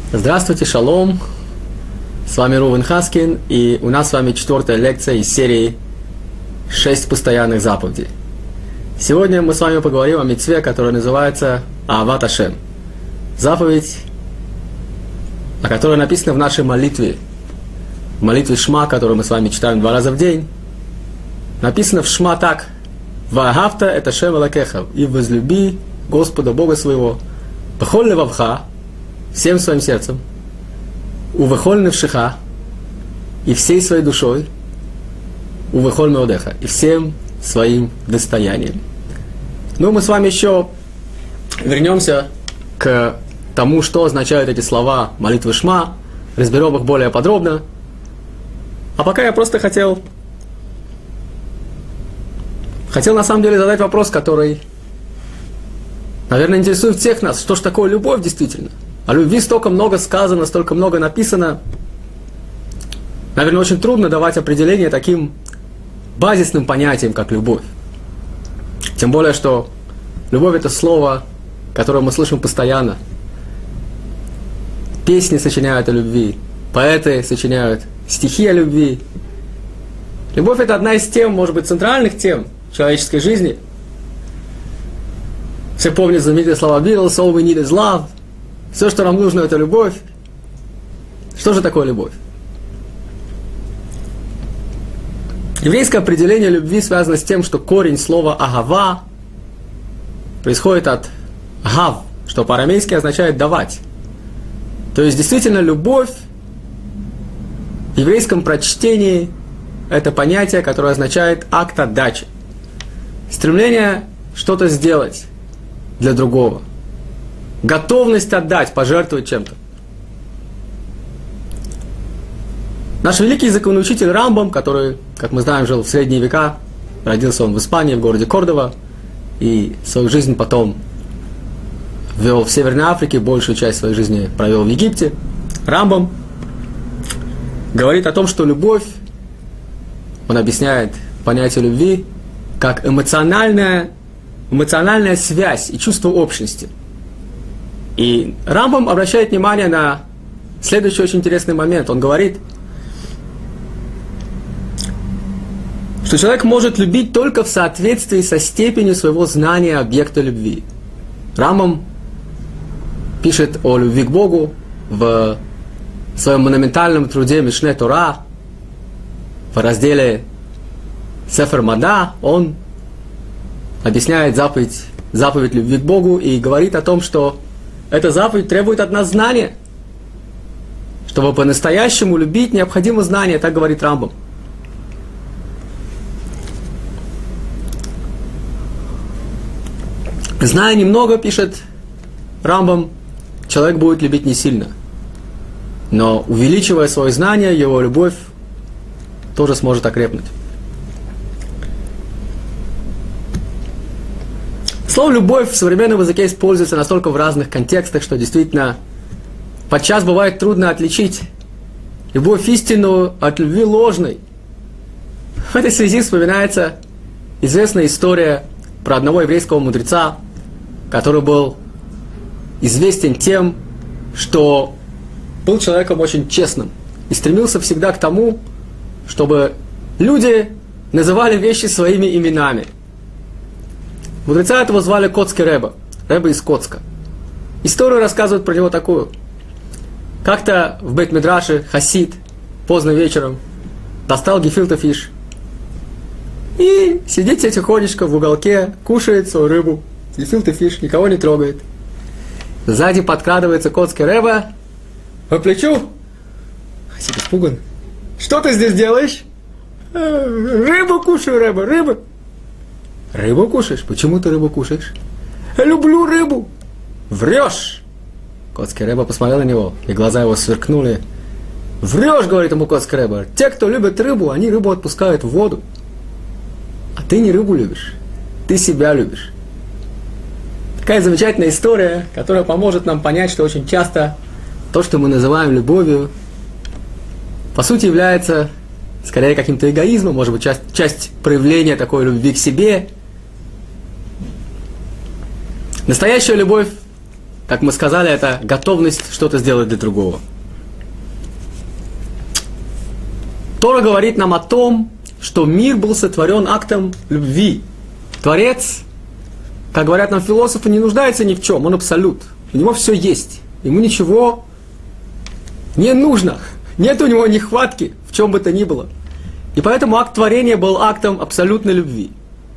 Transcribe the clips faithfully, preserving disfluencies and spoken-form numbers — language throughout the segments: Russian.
Здравствуйте, шалом! С вами Рувен Хаскин, и у нас с вами четвертая лекция из серии «Шесть постоянных заповедей». Сегодня мы с вами поговорим о мицве, которая называется Аават Ашем. Заповедь, о которой написано в нашей молитве, в молитве Шма, которую мы с вами читаем два раза в день. Написано в Шма так: «Ваагавта это Шем Элокеха» и возлюби Господа Бога своего бехоль левавха, всем своим сердцем, увехоль невшиха, и всей своей душой, увехоль меодеха, и всем своим достоянием. Ну, мы с вами еще вернемся к тому, что означают эти слова молитвы Шма, разберем их более подробно. А пока я просто хотел, хотел на самом деле задать вопрос, который, наверное, интересует всех нас. Что ж такое любовь действительно? О любви столько много сказано, столько много написано. Наверное, очень трудно давать определение таким базисным понятиям, как любовь. Тем более, что любовь – это слово, которое мы слышим постоянно. Песни сочиняют о любви, поэты сочиняют стихи о любви. Любовь – это одна из тем, может быть, центральных тем человеческой жизни. Все помнят знаменитые слова Beatles: «All we need is love». Все, что нам нужно, это любовь. Что же такое любовь? Еврейское определение любви связано с тем, что корень слова «агава» происходит от «гав», что по-арамейски означает «давать». То есть, действительно, любовь в еврейском прочтении – это понятие, которое означает акт отдачи. Стремление что-то сделать для другого. Готовность отдать, пожертвовать чем-то. Наш великий законоучитель Рамбам, который, как мы знаем, жил в средние века, родился он в Испании, в городе Кордова, и свою жизнь потом вел в Северной Африке, большую часть своей жизни провел в Египте. Рамбам говорит о том, что любовь, он объясняет понятие любви как эмоциональная, эмоциональная связь и чувство общности. И Рамбам обращает внимание на следующий очень интересный момент. Он говорит, что человек может любить только в соответствии со степенью своего знания объекта любви. Рамбам пишет о любви к Богу в своем монументальном труде Мишне Тора, в разделе Сефер Мада. Он объясняет заповедь, заповедь любви к Богу и говорит о том, что эта заповедь требует от нас знания. Чтобы по-настоящему любить, необходимо знание, так говорит Рамбам. Зная немного, пишет Рамбам, человек будет любить не сильно. Но увеличивая свое знание, его любовь тоже сможет окрепнуть. Слово «любовь» в современном языке используется настолько в разных контекстах, что действительно подчас бывает трудно отличить любовь истинную от любви ложной. В этой связи вспоминается известная история про одного еврейского мудреца, который был известен тем, что был человеком очень честным и стремился всегда к тому, чтобы люди называли вещи своими именами. Мудреца этого звали Коцкий Ребе, Ребе из Коцка. Историю рассказывают про него такую. Как-то в Бейт-Мидраше хасид поздно вечером достал гефилте фиш и сидит себе тихонечко в уголке, кушает свою рыбу. Гефилте фиш, никого не трогает. Сзади подкрадывается Коцкий Ребе по плечу. Хасид испуган. Что ты здесь делаешь? Рыбу кушаю, Ребе, рыбу. Рыбу кушаешь? Почему ты рыбу кушаешь? Я люблю рыбу. Врешь. Коцкий Ребе посмотрел на него, и глаза его сверкнули. Врешь, говорит ему Коцкий Ребе. Те, кто любит рыбу, они рыбу отпускают в воду. А ты не рыбу любишь, ты себя любишь. Такая замечательная история, которая поможет нам понять, что очень часто то, что мы называем любовью, по сути является скорее каким-то эгоизмом, может быть, часть, часть проявления такой любви к себе. Настоящая любовь как мы сказали, это готовность что-то сделать для другого. Тора говорит нам о том, что мир был сотворен актом любви. Творец, как говорят нам философы, не нуждается ни в чем, он абсолют. У него все есть, ему ничего не нужно, нет у него нехватки в чем бы то ни было. И поэтому акт творения был актом абсолютной любви.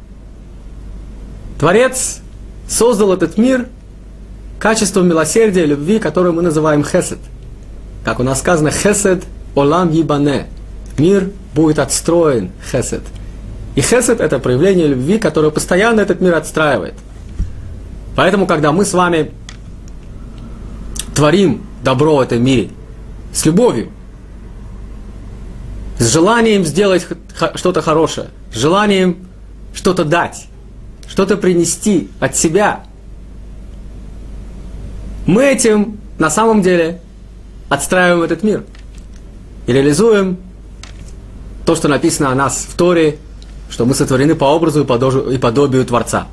Творец создал этот мир качеством милосердия, любви, которое мы называем хесед. Как у нас сказано, хесед олам ебане. Мир будет отстроен, хесед. И хесед — это проявление любви, которое постоянно этот мир отстраивает. Поэтому, когда мы с вами творим добро в этом мире с любовью, с желанием сделать что-то хорошее, с желанием что-то дать, что-то принести от себя, мы этим на самом деле отстраиваем этот мир и реализуем то, что написано о нас в Торе, что мы сотворены по образу и подобию Творца.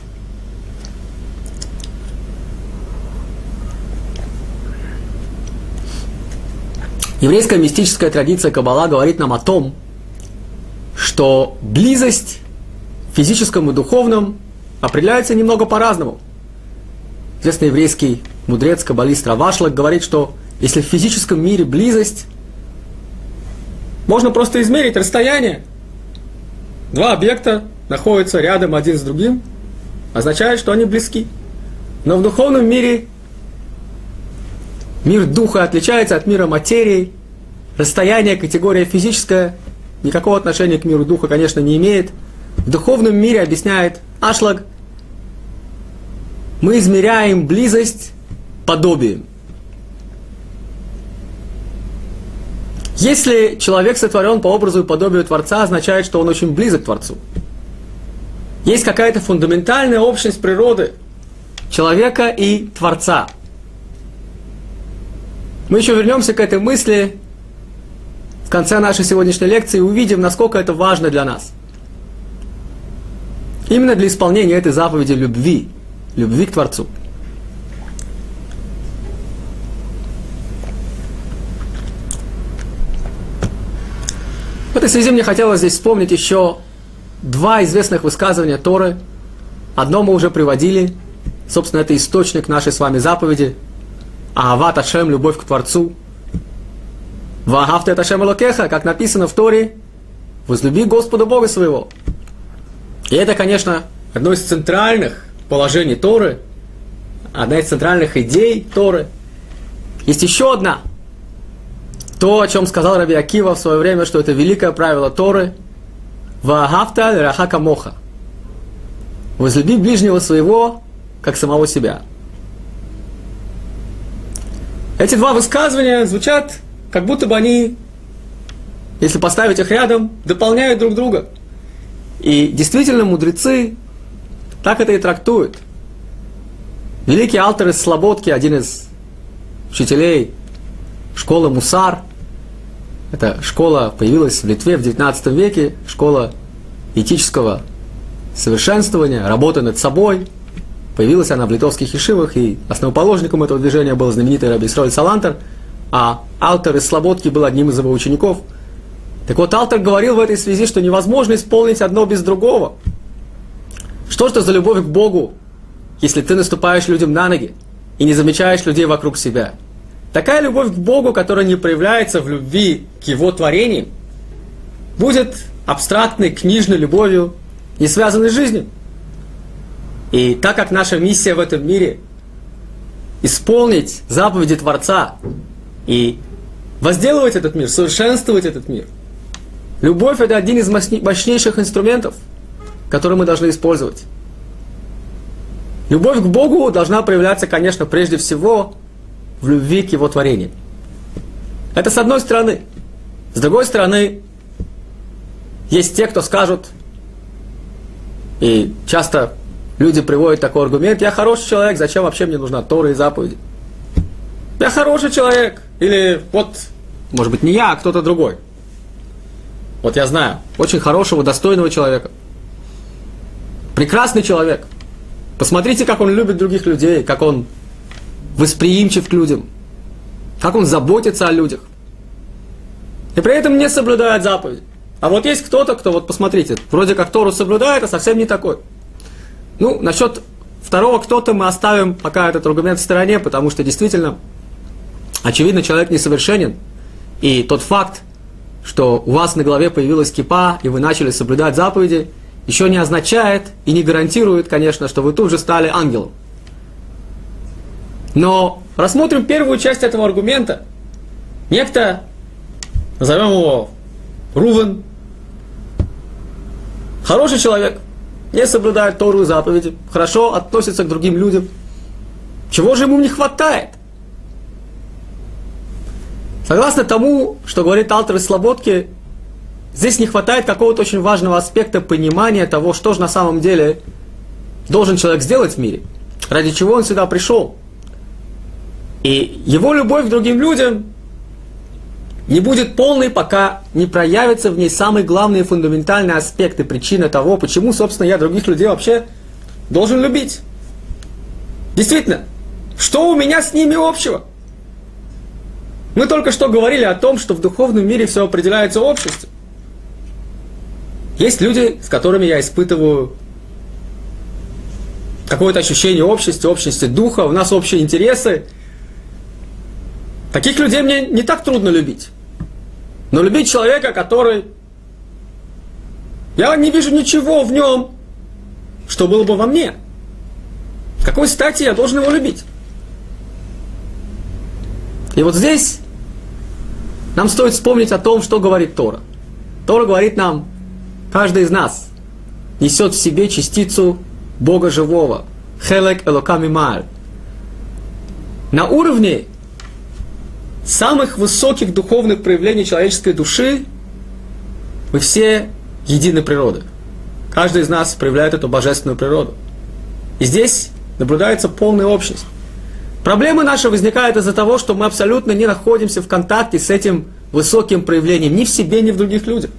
Еврейская мистическая традиция Каббала говорит нам о том, что близость в физическом и духовном определяется немного по-разному. Известный еврейский мудрец, каббалист Рав Ашлак говорит, что если в физическом мире близость, можно просто измерить расстояние. Два объекта находятся рядом один с другим, означает, что они близки. Но в духовном мире мир духа отличается от мира материи. Расстояние, категория физическая, никакого отношения к миру духа, конечно, не имеет. В духовном мире, объясняет Ашлаг, мы измеряем близость подобием. Если человек сотворен по образу и подобию Творца, означает, что он очень близок к Творцу. Есть какая-то фундаментальная общность природы человека и Творца. Мы еще вернемся к этой мысли в конце нашей сегодняшней лекции и увидим, насколько это важно для нас. Именно для исполнения этой заповеди любви, любви к Творцу. В этой связи мне хотелось здесь вспомнить еще два известных высказывания Торы. Одно мы уже приводили, собственно, это источник нашей с вами заповеди. Аават Ашем, любовь к Творцу. Ваагавта эт Ашем Элокеха, как написано в Торе, возлюби Господа Бога своего. И это, конечно, одно из центральных положений Торы, одна из центральных идей Торы. Есть еще одна. То, о чем сказал Раби Акива в свое время, что это великое правило Торы. Ваагавта лераха камоха. Возлюби ближнего своего, как самого себя. Эти два высказывания звучат, как будто бы они, если поставить их рядом, дополняют друг друга. И действительно, мудрецы так это и трактуют. Великий Алтер из Слободки, один из учителей школы Мусар, эта школа появилась в Литве в девятнадцатом веке, школа этического совершенствования, работы над собой. Появилась она в литовских ешивах, и основоположником этого движения был знаменитый Раби Исроэль Салантер, а Алтер из Слободки был одним из его учеников. Так вот, Алтер говорил в этой связи, что невозможно исполнить одно без другого. Что это за любовь к Богу, если ты наступаешь людям на ноги и не замечаешь людей вокруг себя? Такая любовь к Богу, которая не проявляется в любви к Его творениям, будет абстрактной, книжной любовью, не связанной с жизнью. И так как наша миссия в этом мире исполнить заповеди Творца и возделывать этот мир, совершенствовать этот мир, любовь — это один из мощнейших инструментов, которые мы должны использовать. Любовь к Богу должна проявляться, конечно, прежде всего в любви к Его творениям. Это с одной стороны. С другой стороны, есть те, кто скажут, и часто люди приводят такой аргумент: я хороший человек, зачем вообще мне нужна Тора и заповеди? Я хороший человек. Или вот, может быть, не я, а кто-то другой. Вот я знаю очень хорошего, достойного человека. Прекрасный человек. Посмотрите, как он любит других людей, как он восприимчив к людям, как он заботится о людях. И при этом не соблюдает заповеди. А вот есть кто-то, кто, вот посмотрите, вроде как Тору соблюдает, а совсем не такой. Ну, насчет второго кто-то мы оставим пока этот аргумент в стороне, потому что действительно, очевидно, человек несовершенен. И тот факт, что у вас на голове появилась кипа, и вы начали соблюдать заповеди, еще не означает и не гарантирует, конечно, что вы тут же стали ангелом. Но рассмотрим первую часть этого аргумента. Некто, назовем его Рувен, хороший человек, не соблюдает Тору и заповеди, хорошо относится к другим людям. Чего же ему не хватает? Согласно тому, что говорит Алтер из Слободки, здесь не хватает какого-то очень важного аспекта понимания того, что же на самом деле должен человек сделать в мире, ради чего он сюда пришел. И его любовь к другим людям не будет полной, пока не проявятся в ней самые главные фундаментальные аспекты, причины того, почему, собственно, я других людей вообще должен любить. Действительно, что у меня с ними общего? Мы только что говорили о том, что в духовном мире все определяется обществом. Есть люди, с которыми я испытываю какое-то ощущение общности, общности духа, у нас общие интересы. Таких людей мне не так трудно любить. Но любить человека, который... Я не вижу ничего в нем, что было бы во мне. С какой стати я должен его любить? И вот здесь нам стоит вспомнить о том, что говорит Тора. Тора говорит нам, каждый из нас несет в себе частицу Бога живого. Хелек Элокам Имааль. На уровне самых высоких духовных проявлений человеческой души мы все едины природы. Каждый из нас проявляет эту божественную природу. И здесь наблюдается полная общность. Проблемы наши возникают из-за того, что мы абсолютно не находимся в контакте с этим высоким проявлением ни в себе, ни в других людях.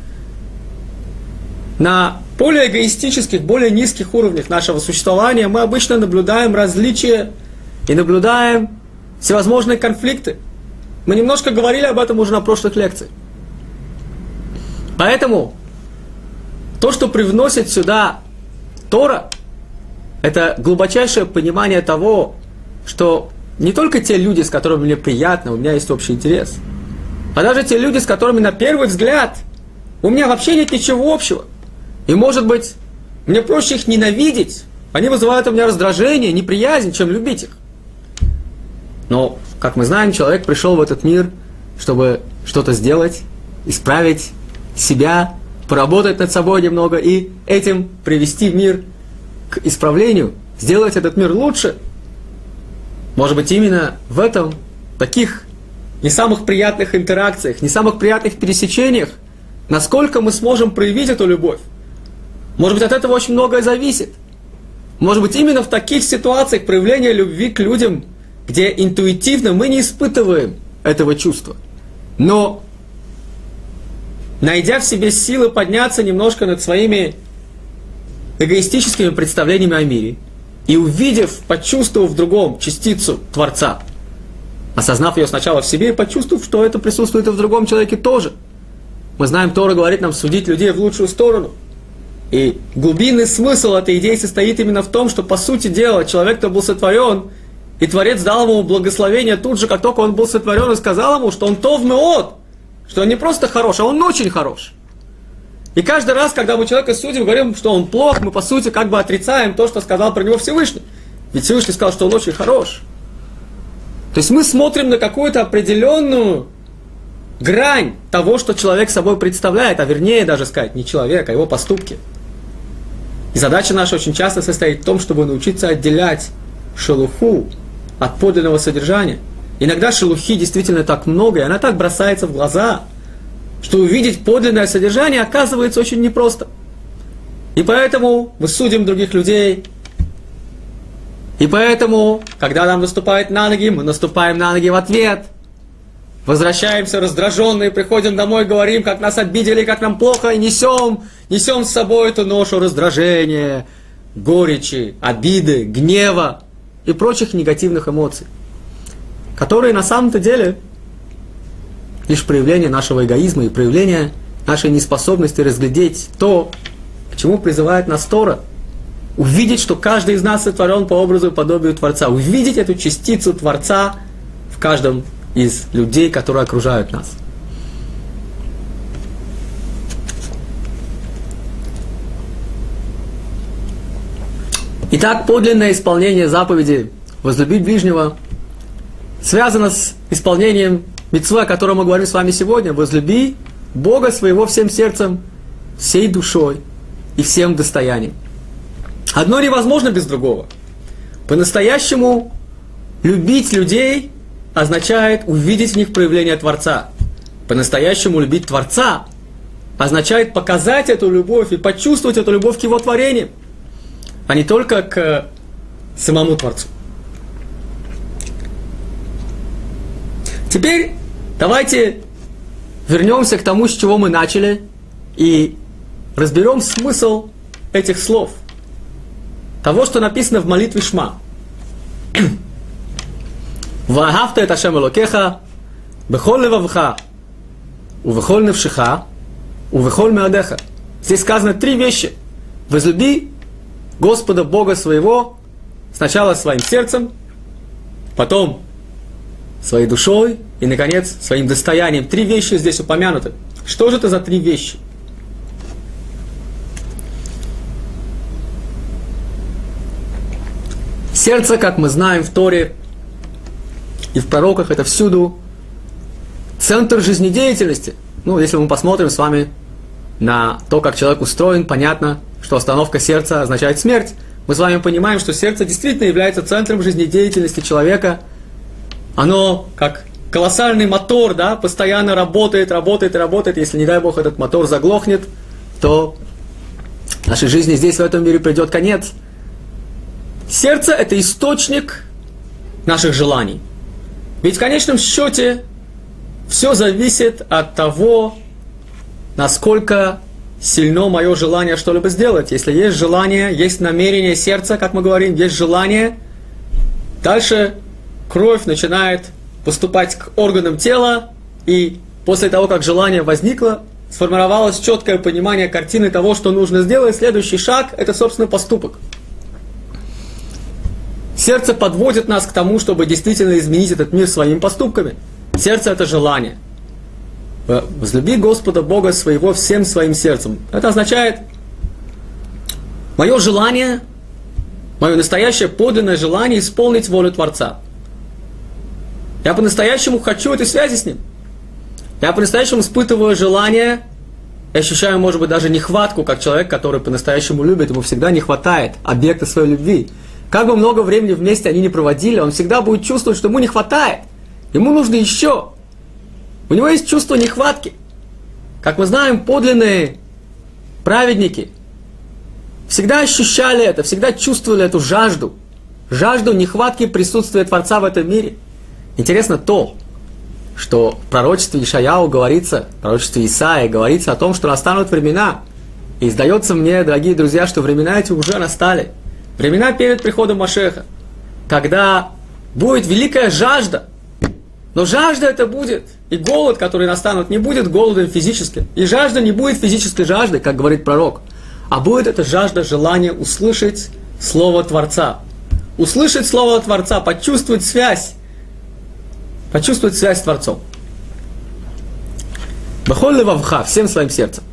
На более эгоистических, более низких уровнях нашего существования мы обычно наблюдаем различия и наблюдаем всевозможные конфликты. Мы немножко говорили об этом уже на прошлых лекциях. Поэтому то, что привносит сюда Тора, это глубочайшее понимание того, что не только те люди, с которыми мне приятно, у меня есть общий интерес, а даже те люди, с которыми на первый взгляд у меня вообще нет ничего общего. И, может быть, мне проще их ненавидеть, они вызывают у меня раздражение, неприязнь, чем любить их. Но, как мы знаем, человек пришел в этот мир, чтобы что-то сделать, исправить себя, поработать над собой немного и этим привести мир к исправлению, сделать этот мир лучше. Может быть, именно в этом, таких не самых приятных интеракциях, не самых приятных пересечениях, насколько мы сможем проявить эту любовь. Может быть, от этого очень многое зависит. Может быть, именно в таких ситуациях проявления любви к людям, где интуитивно мы не испытываем этого чувства. Но, найдя в себе силы подняться немножко над своими эгоистическими представлениями о мире, и увидев, почувствовав в другом частицу Творца, осознав ее сначала в себе и почувствовав, что это присутствует и в другом человеке тоже. Мы знаем, Тора говорит нам судить людей в лучшую сторону. И глубинный смысл этой идеи состоит именно в том, что, по сути дела, человек, кто был сотворен, и Творец дал ему благословение тут же, как только он был сотворен, и сказал ему, что он тов меот, что он не просто хорош, а он очень хорош. И каждый раз, когда мы человека судим, говорим, что он плох, мы, по сути, как бы отрицаем то, что сказал про него Всевышний. Ведь Всевышний сказал, что он очень хорош. То есть мы смотрим на какую-то определенную грань того, что человек собой представляет, а вернее даже сказать, не человек, а его поступки. И задача наша очень часто состоит в том, чтобы научиться отделять шелуху от подлинного содержания. Иногда шелухи действительно так много, и она так бросается в глаза, что увидеть подлинное содержание оказывается очень непросто. И поэтому мы судим других людей. И поэтому, когда нам наступают на ноги, мы наступаем на ноги в ответ. Возвращаемся раздраженные, приходим домой, говорим, как нас обидели, как нам плохо, и несем, несем с собой эту ношу раздражения, горечи, обиды, гнева. и прочих негативных эмоций, которые на самом-то деле лишь проявление нашего эгоизма и проявление нашей неспособности разглядеть то, к чему призывает нас Тора. Увидеть, что каждый из нас сотворен по образу и подобию Творца. Увидеть эту частицу Творца в каждом из людей, которые окружают нас. Итак, подлинное исполнение заповеди «возлюбить ближнего» связано с исполнением мицвы, о которой мы говорим с вами сегодня. «Возлюби Бога своего всем сердцем, всей душой и всем достоянием». Одно невозможно без другого. По-настоящему любить людей означает увидеть в них проявление Творца. По-настоящему любить Творца означает показать эту любовь и почувствовать эту любовь к Его творениям, а не только к самому Творцу. Теперь давайте вернемся к тому, с чего мы начали, и разберем смысл этих слов. Того, что написано в молитве Шма. «Вааhavta эт Ашем Элокеха бехоль левавха, увехоль невшеха, увехоль меодеха». Здесь сказано три вещи. Возлюби Господа Бога своего сначала своим сердцем, потом своей душой и, наконец, своим достоянием. Три вещи здесь упомянуты. Что же это за три вещи? Сердце, как мы знаем в Торе и в пророках, это всюду центр жизнедеятельности. Ну, если мы посмотрим с вами на то, как человек устроен, понятно, что остановка сердца означает смерть. Мы с вами понимаем, что сердце действительно является центром жизнедеятельности человека. Оно, как колоссальный мотор, да, постоянно работает, работает и работает. Если, не дай Бог, этот мотор заглохнет, то нашей жизни здесь, в этом мире, придет конец. Сердце – это источник наших желаний. Ведь в конечном счете все зависит от того, насколько сильно мое желание что-либо сделать. Если есть желание, есть намерение сердца, как мы говорим, есть желание, дальше кровь начинает поступать к органам тела, и после того, как желание возникло, сформировалось четкое понимание картины того, что нужно сделать, следующий шаг – это, собственно, поступок. Сердце подводит нас к тому, чтобы действительно изменить этот мир своими поступками. Сердце – это желание. Возлюби Господа Бога своего всем своим сердцем. Это означает мое желание, мое настоящее подлинное желание исполнить волю Творца. Я по-настоящему хочу этой связи с Ним. Я по-настоящему испытываю желание, я ощущаю, может быть, даже нехватку, как человек, который по-настоящему любит, ему всегда не хватает объекта своей любви. Как бы много времени вместе они не проводили, он всегда будет чувствовать, что ему не хватает. Ему нужно еще. У него есть чувство нехватки. Как мы знаем, подлинные праведники всегда ощущали это, всегда чувствовали эту жажду. Жажду нехватки присутствия Творца в этом мире. Интересно то, что в пророчестве Ишаяу говорится, в пророчестве Исаии говорится о том, что настанут времена. И сдается мне, дорогие друзья, что времена эти уже настали. Времена перед приходом Машеха, когда будет великая жажда. Но жажда это будет, и голод, который настанут, не будет голодом физическим. И жажда не будет физической жаждой, как говорит пророк. А будет это жажда желания услышать Слово Творца. Услышать Слово Творца, почувствовать связь. Почувствовать связь с Творцом. Бехоль левавха, всем своим сердцем.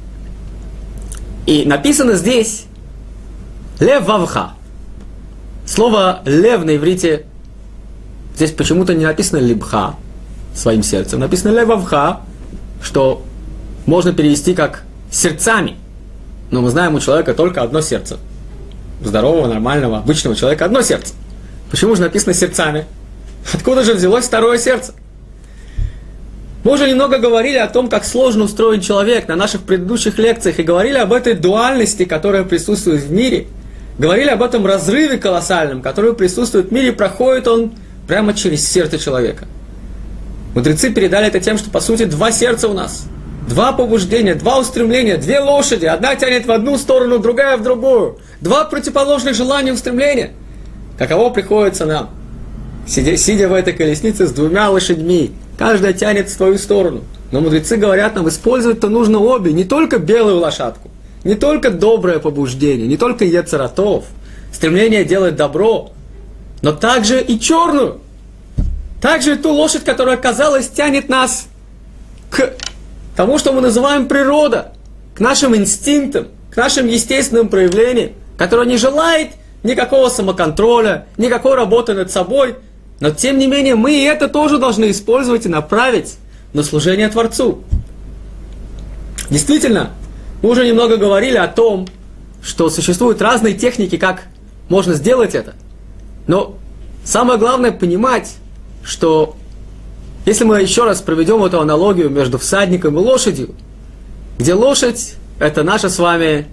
И написано здесь лев вавха. Слово лев на иврите здесь почему-то не написано либха, своим сердцем. Написано лев вавха, что можно перевести как сердцами. Но мы знаем, у человека только одно сердце. У здорового, нормального, обычного человека одно сердце. Почему же написано сердцами? Откуда же взялось второе сердце? Мы уже немного говорили о том, как сложно устроен человек на наших предыдущих лекциях, и говорили об этой дуальности, которая присутствует в мире. Говорили об этом разрыве колоссальном, который присутствует в мире, и проходит он прямо через сердце человека. Мудрецы передали это тем, что по сути два сердца у нас. Два побуждения, два устремления, две лошади. Одна тянет в одну сторону, другая в другую. Два противоположных желания и устремления. каково приходится нам, сидя, сидя в этой колеснице с двумя лошадьми, каждая тянет в свою сторону. Но мудрецы говорят нам, использовать-то нужно обе, не только белую лошадку, не только доброе побуждение, не только йецер ха-тов, стремление делать добро, но также и черную, также и ту лошадь, которая, казалось, тянет нас к тому, что мы называем природа, к нашим инстинктам, к нашим естественным проявлениям, которая не желает никакого самоконтроля, никакой работы над собой, но тем не менее мы и это тоже должны использовать и направить на служение Творцу. Действительно, мы уже немного говорили о том, что существуют разные техники, как можно сделать это. Но самое главное понимать, что если мы еще раз проведем эту аналогию между всадником и лошадью, где лошадь – это наше с вами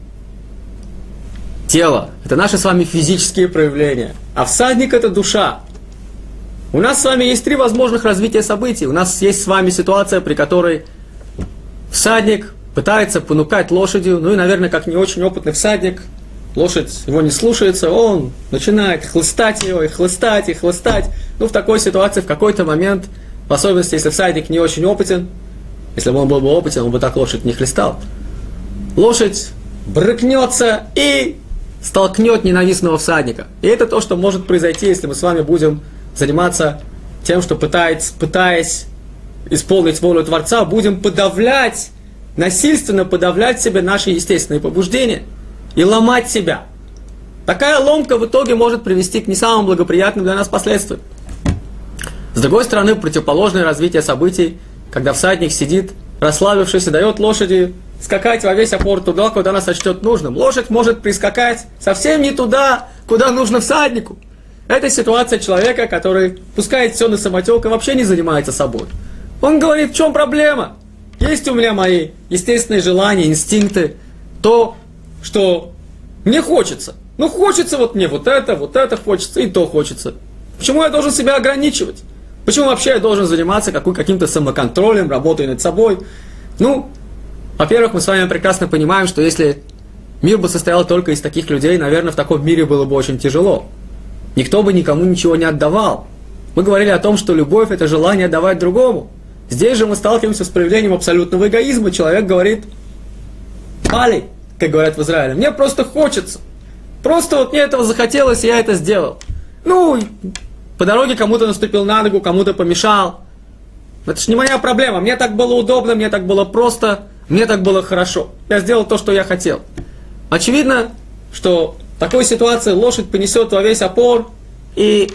тело, это наши с вами физические проявления, а всадник – это душа. У нас с вами есть три возможных развития событий. У нас есть с вами ситуация, при которой всадник пытается понукать лошадью, ну и, наверное, как не очень опытный всадник, лошадь его не слушается, он начинает хлыстать ее, и хлыстать, и хлыстать. Ну, в такой ситуации в какой-то момент, в особенности, если всадник не очень опытен, если бы он был бы опытен, он бы так лошадь не хлестал, лошадь брыкнется и столкнет ненавистного всадника. И это то, что может произойти, если мы с вами будем заниматься тем, что пытаясь, пытаясь исполнить волю Творца, будем подавлять, насильственно подавлять в себе наши естественные побуждения и ломать себя. Такая ломка в итоге может привести к не самым благоприятным для нас последствиям. С другой стороны, противоположное развитие событий, когда всадник сидит, расслабившись, и дает лошади скакать во весь опор туда, куда она сочтет нужным. Лошадь может прискакать совсем не туда, куда нужно всаднику. Это ситуация человека, который пускает все на самотек и вообще не занимается собой. Он говорит, в чем проблема? Есть у меня мои естественные желания, инстинкты, то, что мне хочется. Ну, хочется вот мне вот это, вот это хочется, и то хочется. Почему я должен себя ограничивать? Почему вообще я должен заниматься какой, каким-то самоконтролем, работой над собой? Ну, во-первых, мы с вами прекрасно понимаем, что если мир бы состоял только из таких людей, наверное, в таком мире было бы очень тяжело. Никто бы никому ничего не отдавал. Мы говорили о том, что любовь – это желание давать другому. Здесь же мы сталкиваемся с проявлением абсолютного эгоизма. Человек говорит, «Али», как говорят в Израиле, «мне просто хочется. Просто вот мне этого захотелось, и я это сделал». Ну, по дороге кому-то наступил на ногу, кому-то помешал. Это же не моя проблема. Мне так было удобно, мне так было просто, мне так было хорошо. Я сделал то, что я хотел. Очевидно, что в такой ситуации лошадь понесет во весь опор, и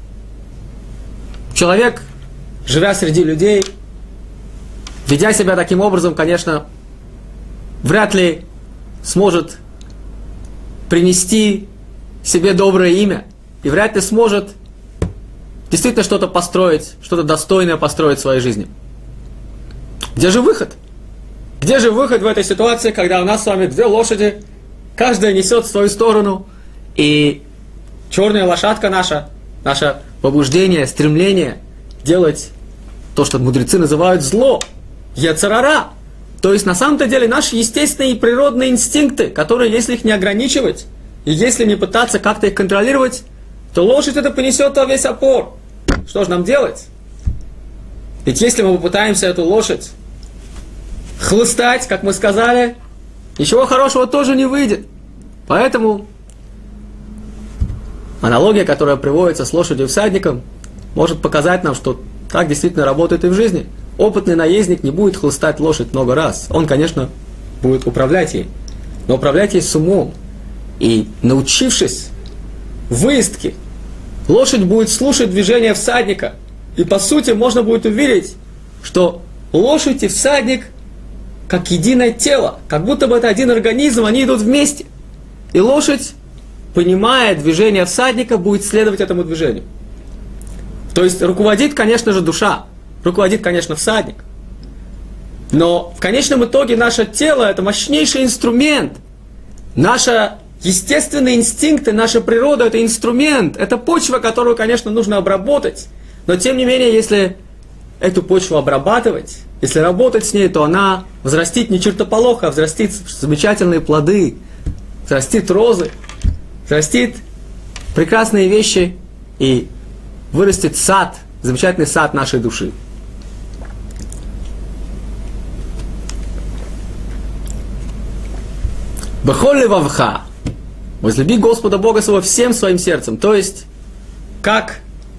человек, живя среди людей, ведя себя таким образом, конечно, вряд ли сможет принести себе доброе имя, и вряд ли сможет действительно что-то построить, что-то достойное построить в своей жизни. Где же выход? Где же выход в этой ситуации, когда у нас с вами две лошади, каждая несет в свою сторону, и черная лошадка наша, наше побуждение, стремление делать то, что мудрецы называют зло, йецер ха-ра. То есть, на самом-то деле, наши естественные и природные инстинкты, которые, если их не ограничивать, и если не пытаться как-то их контролировать, то лошадь это понесет во весь опор. Что же нам делать? Ведь если мы попытаемся эту лошадь хлыстать, как мы сказали, ничего хорошего тоже не выйдет. Поэтому аналогия, которая приводится с лошадью и всадником, может показать нам, что так действительно работает и в жизни. Опытный наездник не будет хлыстать лошадь много раз. Он, конечно, будет управлять ей, но управлять ей с умом. И научившись выездке, лошадь будет слушать движения всадника. И по сути можно будет увидеть, что лошадь и всадник как единое тело, как будто бы это один организм, они идут вместе. И лошадь, понимая движение всадника, будет следовать этому движению. То есть руководит, конечно же, душа, руководит, конечно, всадник. Но в конечном итоге наше тело – это мощнейший инструмент. Наши естественные инстинкты, наша природа – это инструмент, это почва, которую, конечно, нужно обработать. Но тем не менее, если эту почву обрабатывать, если работать с ней, то она взрастит не чертополох, а взрастит замечательные плоды, взрастит розы, взрастит прекрасные вещи и вырастет сад, замечательный сад нашей души. Бехоль левавха. Возлюби Господа Бога своего всем своим сердцем. То есть, как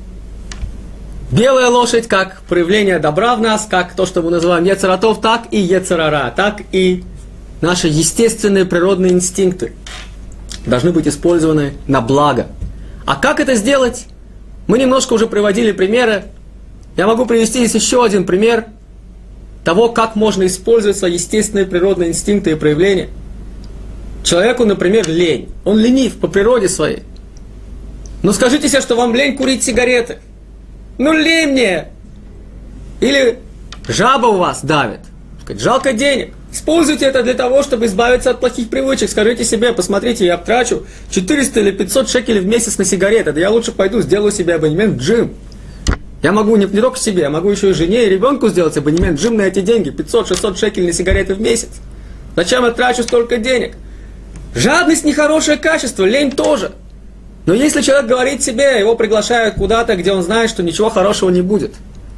белая лошадь, как проявление добра в нас, как то, что мы называем йецер ха-тов, так и йецер ха-ра, так и наши естественные природные инстинкты должны быть использованы на благо. А как это сделать? Мы немножко уже приводили примеры. Я могу привести здесь еще один пример того, как можно использовать свои естественные природные инстинкты и проявления. Человеку, например, лень. Он ленив по природе своей. Но скажите себе, что вам лень курить сигареты. Ну лень мне! Или жаба у вас давит. Сказать, жалко денег. Используйте это для того, чтобы избавиться от плохих привычек. Скажите себе, посмотрите, я трачу четыреста или пятьсот шекелей в месяц на сигареты. Да я лучше пойду, сделаю себе абонемент в джим. Я могу не, не только себе, я могу еще и жене, и ребенку сделать абонемент в джим на эти деньги. пятьсот-шестьсот шекелей на сигареты в месяц. Зачем я трачу столько денег? Жадность нехорошее качество, лень тоже. Но если человек говорит себе, его приглашают куда-то, где он знает, что ничего хорошего не будет.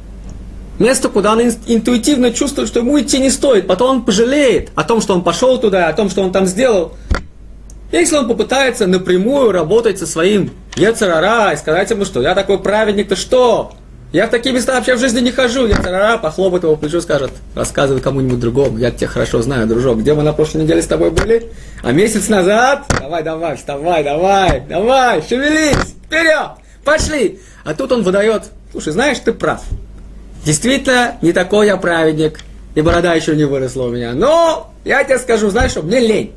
Место, куда он интуитивно чувствует, что ему идти не стоит. Потом он пожалеет о том, что он пошел туда, о том, что он там сделал. Если он попытается напрямую работать со своим йецер ха-ра и сказать ему, что я такой праведник, то что? Я в такие места вообще в жизни не хожу. йецер ха-ра похлопает его по плечу, скажет, рассказывай кому-нибудь другому. Я тебя хорошо знаю, дружок. Где мы на прошлой неделе с тобой были? А месяц назад? Давай, давай, вставай, давай, давай, шевелись, вперед, пошли. А тут он выдает, слушай, знаешь, ты прав. Действительно, не такой я праведник, и борода еще не выросла у меня. Но я тебе скажу, знаешь что, мне лень.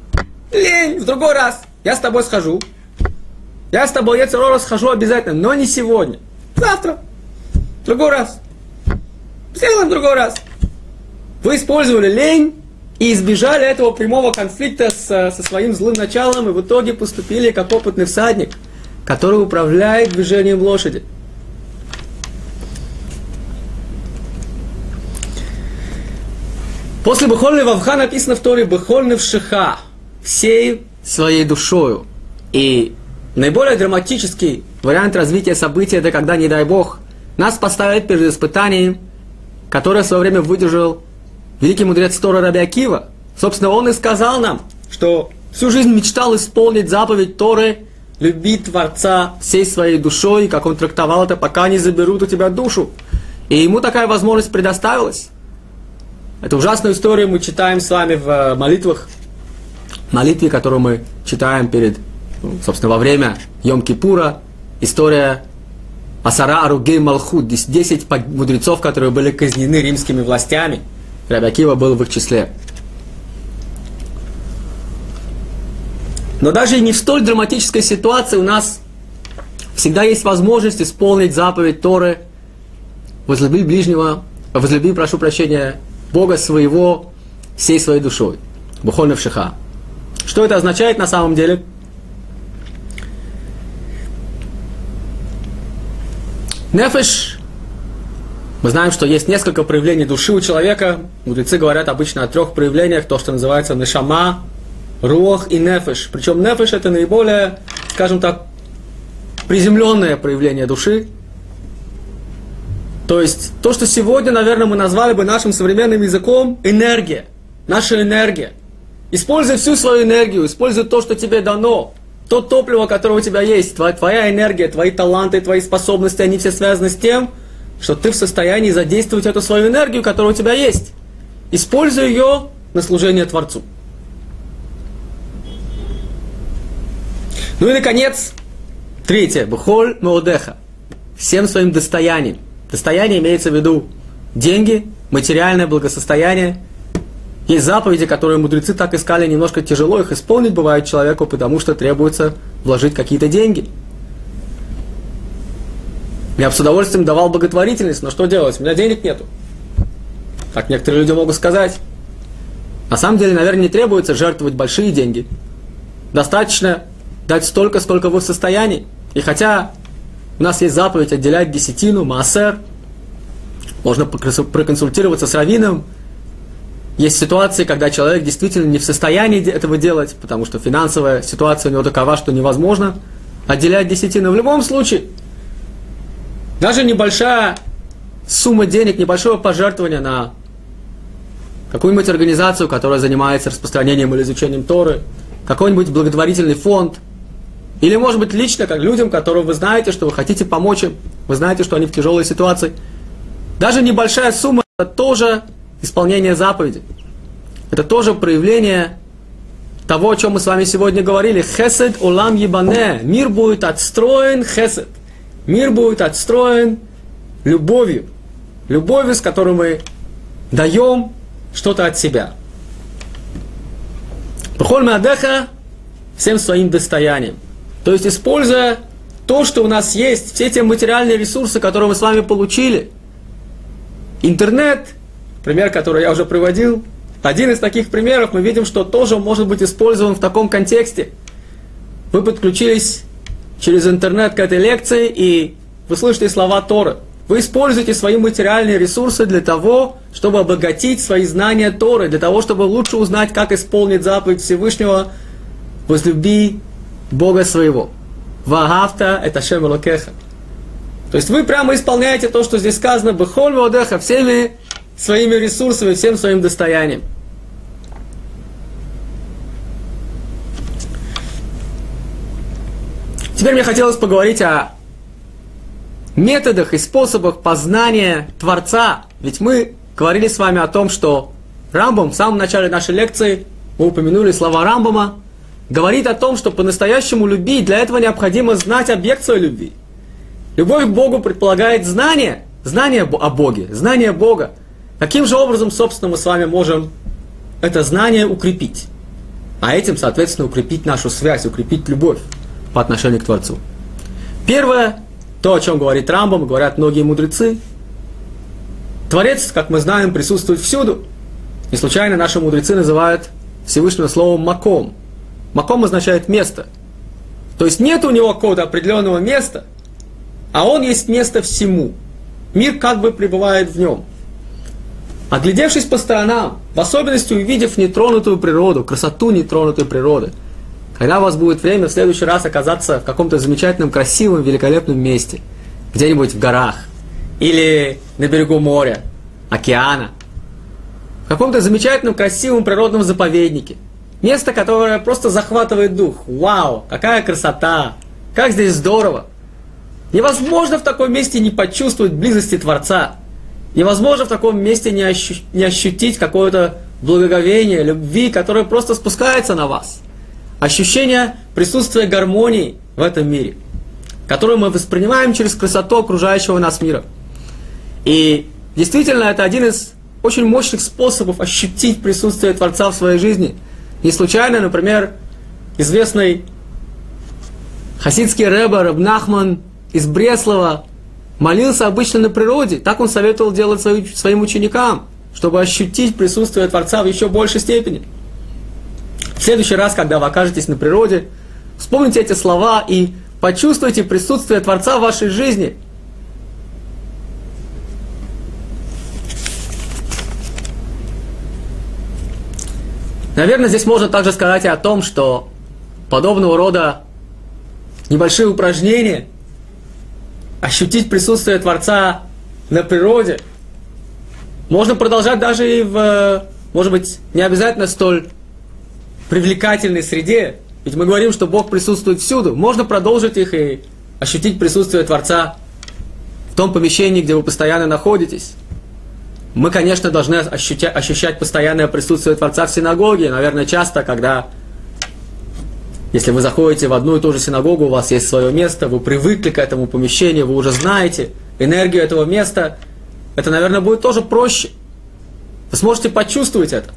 Лень, в другой раз. Я с тобой схожу. Я с тобой йецер ха-ра схожу обязательно, но не сегодня. Завтра. В другой раз. Сделаем в другой раз. Вы использовали лень и избежали этого прямого конфликта с, со своим злым началом, и в итоге поступили как опытный всадник, который управляет движением лошади. После бехоль левавха написано в Торе бехоль невшеха, всей своей душою. И наиболее драматический вариант развития событий, это когда, не дай Бог, нас поставят перед испытанием, которое в свое время выдержал великий мудрец Торы Раби Акива. Собственно, он и сказал нам, что всю жизнь мечтал исполнить заповедь Торы, любить Творца всей своей душой, как он трактовал это, пока не заберут у тебя душу. И ему такая возможность предоставилась. Эту ужасную историю мы читаем с вами в молитвах, молитве, которую мы читаем перед, ну, собственно, во время Йом-Кипура, история Асара Аругей Малхут, десять мудрецов, которые были казнены римскими властями. Раби Акива был в их числе. Но даже и не в столь драматической ситуации у нас всегда есть возможность исполнить заповедь Торы, возлюби ближнего, возлюби, прошу прощения, Бога своего всей своей душой. Бехоль невшеха. Что это означает на самом деле? Нефеш. Мы знаем, что есть несколько проявлений души у человека. Мудрецы говорят обычно о трех проявлениях, то, что называется нешама, руах и нефеш. Причем нефеш это наиболее, скажем так, приземленное проявление души. То есть, то, что сегодня, наверное, мы назвали бы нашим современным языком энергия. Наша энергия. Используй всю свою энергию, используй то, что тебе дано. То топливо, которое у тебя есть, твоя, твоя энергия, твои таланты, твои способности, они все связаны с тем, что ты в состоянии задействовать эту свою энергию, которая у тебя есть. Используй ее на служение Творцу. Ну и, наконец, третье. Бехоль меодеха. Всем своим достоянием. Достояние имеется в виду деньги, материальное благосостояние. Есть заповеди, которые мудрецы так искали, немножко тяжело их исполнить бывает человеку, потому что требуется вложить какие-то деньги. Я бы с удовольствием давал благотворительность, но что делать? У меня денег нету. Так некоторые люди могут сказать. На самом деле, наверное, не требуется жертвовать большие деньги. Достаточно дать столько, сколько вы в состоянии. И хотя у нас есть заповедь отделять десятину, маасер, можно проконсультироваться с раввином. Есть ситуации, когда человек действительно не в состоянии этого делать, потому что финансовая ситуация у него такова, что невозможно отделять десятину. В любом случае, даже небольшая сумма денег, небольшое пожертвование на какую-нибудь организацию, которая занимается распространением или изучением Торы, какой-нибудь благотворительный фонд, или, может быть, лично, как людям, которым вы знаете, что вы хотите помочь им, вы знаете, что они в тяжелой ситуации. Даже небольшая сумма – это тоже исполнение заповеди. Это тоже проявление того, о чем мы с вами сегодня говорили. Хесед олам ебане. Мир будет отстроен хесед. Мир будет отстроен любовью. Любовью, с которой мы даем что-то от себя. Бехоль меадеха всем своим достоянием. То есть, используя то, что у нас есть, все те материальные ресурсы, которые мы с вами получили. Интернет, пример, который я уже приводил, один из таких примеров, мы видим, что тоже может быть использован в таком контексте. Вы подключились через интернет к этой лекции, и вы слышите слова Торы. Вы используете свои материальные ресурсы для того, чтобы обогатить свои знания Торы, для того, чтобы лучше узнать, как исполнить заповедь Всевышнего: возлюби Бога своего. Ваагавта это Шем Элокеха. То есть вы прямо исполняете то, что здесь сказано: бехоль меодеха, всеми своими ресурсами, всем своим достоянием. Теперь мне хотелось поговорить о методах и способах познания Творца. Ведь мы говорили с вами о том, что Рамбам в самом начале нашей лекции, мы упомянули слова Рамбама, говорит о том, что по-настоящему любить, для этого необходимо знать объект своей любви. Любовь к Богу предполагает знание, знание о Боге, знание Бога. Каким же образом, собственно, мы с вами можем это знание укрепить? А этим, соответственно, укрепить нашу связь, укрепить любовь по отношению к Творцу. Первое, то, о чем говорит Рамбам, говорят многие мудрецы. Творец, как мы знаем, присутствует всюду. Не случайно наши мудрецы называют Всевышнего словом «маком». «Маком» означает «место». То есть нет у него какого-то определенного места, а он есть место всему. Мир как бы пребывает в нем. Оглядевшись по сторонам, в особенности увидев нетронутую природу, красоту нетронутой природы, когда у вас будет время в следующий раз оказаться в каком-то замечательном, красивом, великолепном месте, где-нибудь в горах, или на берегу моря, океана, в каком-то замечательном, красивом природном заповеднике, место, которое просто захватывает дух. Вау, какая красота, как здесь здорово. Невозможно в таком месте не почувствовать близости Творца. Невозможно в таком месте не, ощу- не ощутить какое-то благоговение, любви, которое просто спускается на вас. Ощущение присутствия гармонии в этом мире, которую мы воспринимаем через красоту окружающего нас мира. И действительно, это один из очень мощных способов ощутить присутствие Творца в своей жизни. Не случайно, например, известный хасидский ребе Раб Нахман из Бреслова молился обычно на природе. Так он советовал делать своим ученикам, чтобы ощутить присутствие Творца в еще большей степени. В следующий раз, когда вы окажетесь на природе, вспомните эти слова и почувствуйте присутствие Творца в вашей жизни. Наверное, здесь можно также сказать и о том, что подобного рода небольшие упражнения, ощутить присутствие Творца на природе, можно продолжать даже и в, может быть, не обязательно столь привлекательной среде, ведь мы говорим, что Бог присутствует всюду. Можно продолжить их и ощутить присутствие Творца в том помещении, где вы постоянно находитесь. Мы, конечно, должны ощутя- ощущать постоянное присутствие Творца в синагоге. Наверное, часто, когда, если вы заходите в одну и ту же синагогу, у вас есть свое место, вы привыкли к этому помещению, вы уже знаете энергию этого места, это, наверное, будет тоже проще. Вы сможете почувствовать это.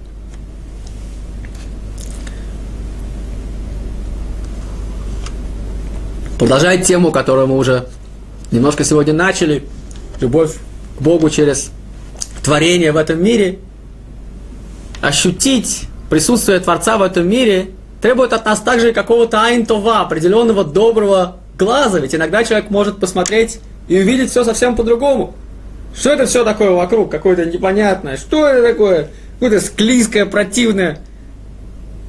Продолжая тему, которую мы уже немножко сегодня начали, любовь к Богу через творение в этом мире, ощутить присутствие Творца в этом мире требует от нас также какого-то айн-това, определенного доброго глаза, ведь иногда человек может посмотреть и увидеть все совсем по-другому. Что это все такое вокруг, какое-то непонятное, что это такое, какое-то склизкое, противное.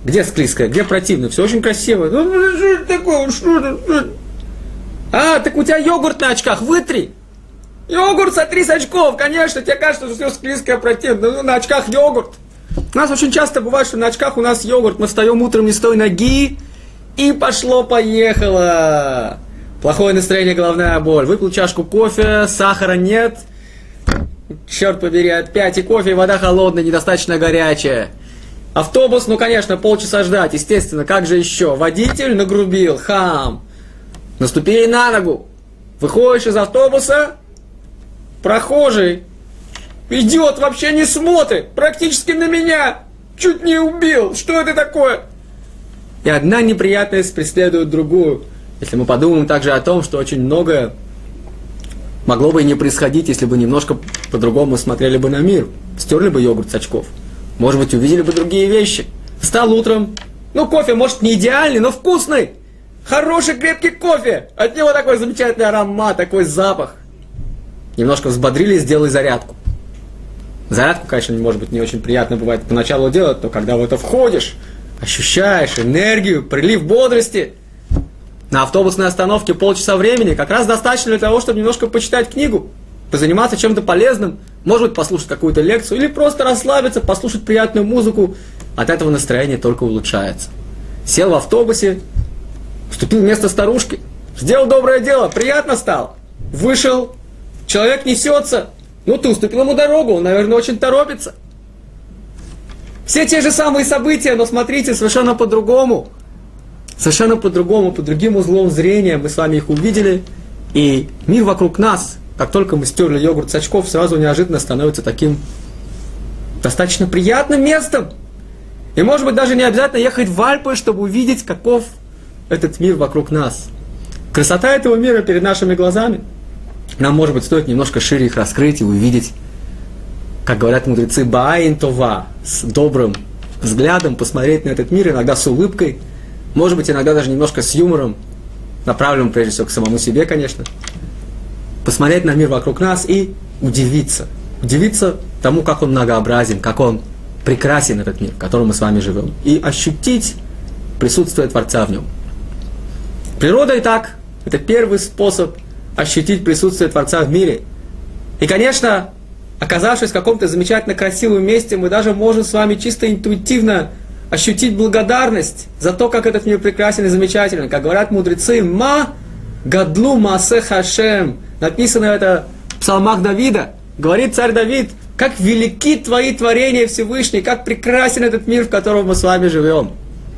Где склизкое, где противно? Все очень красиво. Ну, что это такое? Что это? А, так у тебя йогурт на очках, вытри. Йогурт сотри с очков, конечно, тебе кажется, что все склизкое, противно. Ну, на очках йогурт. У нас очень часто бывает, что на очках у нас йогурт. Мы встаем утром не с той ноги, и пошло-поехало. Плохое настроение, головная боль. Выпил чашку кофе, сахара нет. Черт побери, опять и кофе, и вода холодная, недостаточно горячая. Автобус, ну, конечно, полчаса ждать, естественно, как же еще? Водитель нагрубил, хам. Наступили на ногу. Выходишь из автобуса, прохожий, идиот, вообще не смотрит, практически на меня, чуть не убил, что это такое? И одна неприятность преследует другую. Если мы подумаем также о том, что очень многое могло бы и не происходить, если бы немножко по-другому смотрели бы на мир, стерли бы йогурт с очков, может быть, увидели бы другие вещи. Встал утром, ну, кофе, может, не идеальный, но вкусный. Хороший крепкий кофе, от него такой замечательный аромат, такой запах. Немножко взбодрились, сделай зарядку. Зарядку, конечно, может быть, не очень приятно бывает поначалу делать, но когда в это входишь, ощущаешь энергию, прилив бодрости. На автобусной остановке полчаса времени как раз достаточно для того, чтобы немножко почитать книгу, позаниматься чем-то полезным, может быть, послушать какую-то лекцию, или просто расслабиться, послушать приятную музыку. От этого настроение только улучшается. Сел в автобусе, вступил в место старушки, сделал доброе дело, приятно стало. Вышел, человек несется, ну ты уступил ему дорогу, он, наверное, очень торопится. Все те же самые события, но смотрите, совершенно по-другому. Совершенно по-другому, под другим узлом зрения мы с вами их увидели. И мир вокруг нас, как только мы стерли йогурт с очков, сразу неожиданно становится таким достаточно приятным местом. И может быть даже не обязательно ехать в Альпы, чтобы увидеть, каков этот мир вокруг нас. Красота этого мира перед нашими глазами. Нам, может быть, стоит немножко шире их раскрыть и увидеть, как говорят мудрецы, баин това, с добрым взглядом посмотреть на этот мир, иногда с улыбкой, может быть, иногда даже немножко с юмором, направленным прежде всего к самому себе, конечно. Посмотреть на мир вокруг нас и удивиться. Удивиться тому, как он многообразен, как он прекрасен, этот мир, в котором мы с вами живем. И ощутить присутствие Творца в нем. Природа и так, это первый способ ощутить присутствие Творца в мире. И, конечно, оказавшись в каком-то замечательно красивом месте, мы даже можем с вами чисто интуитивно ощутить благодарность за то, как этот мир прекрасен и замечателен. Как говорят мудрецы, «Ма гадлу маасе хашем». Написано это в псалмах Давида. Говорит царь Давид, как велики твои творения Всевышний, как прекрасен этот мир, в котором мы с вами живем.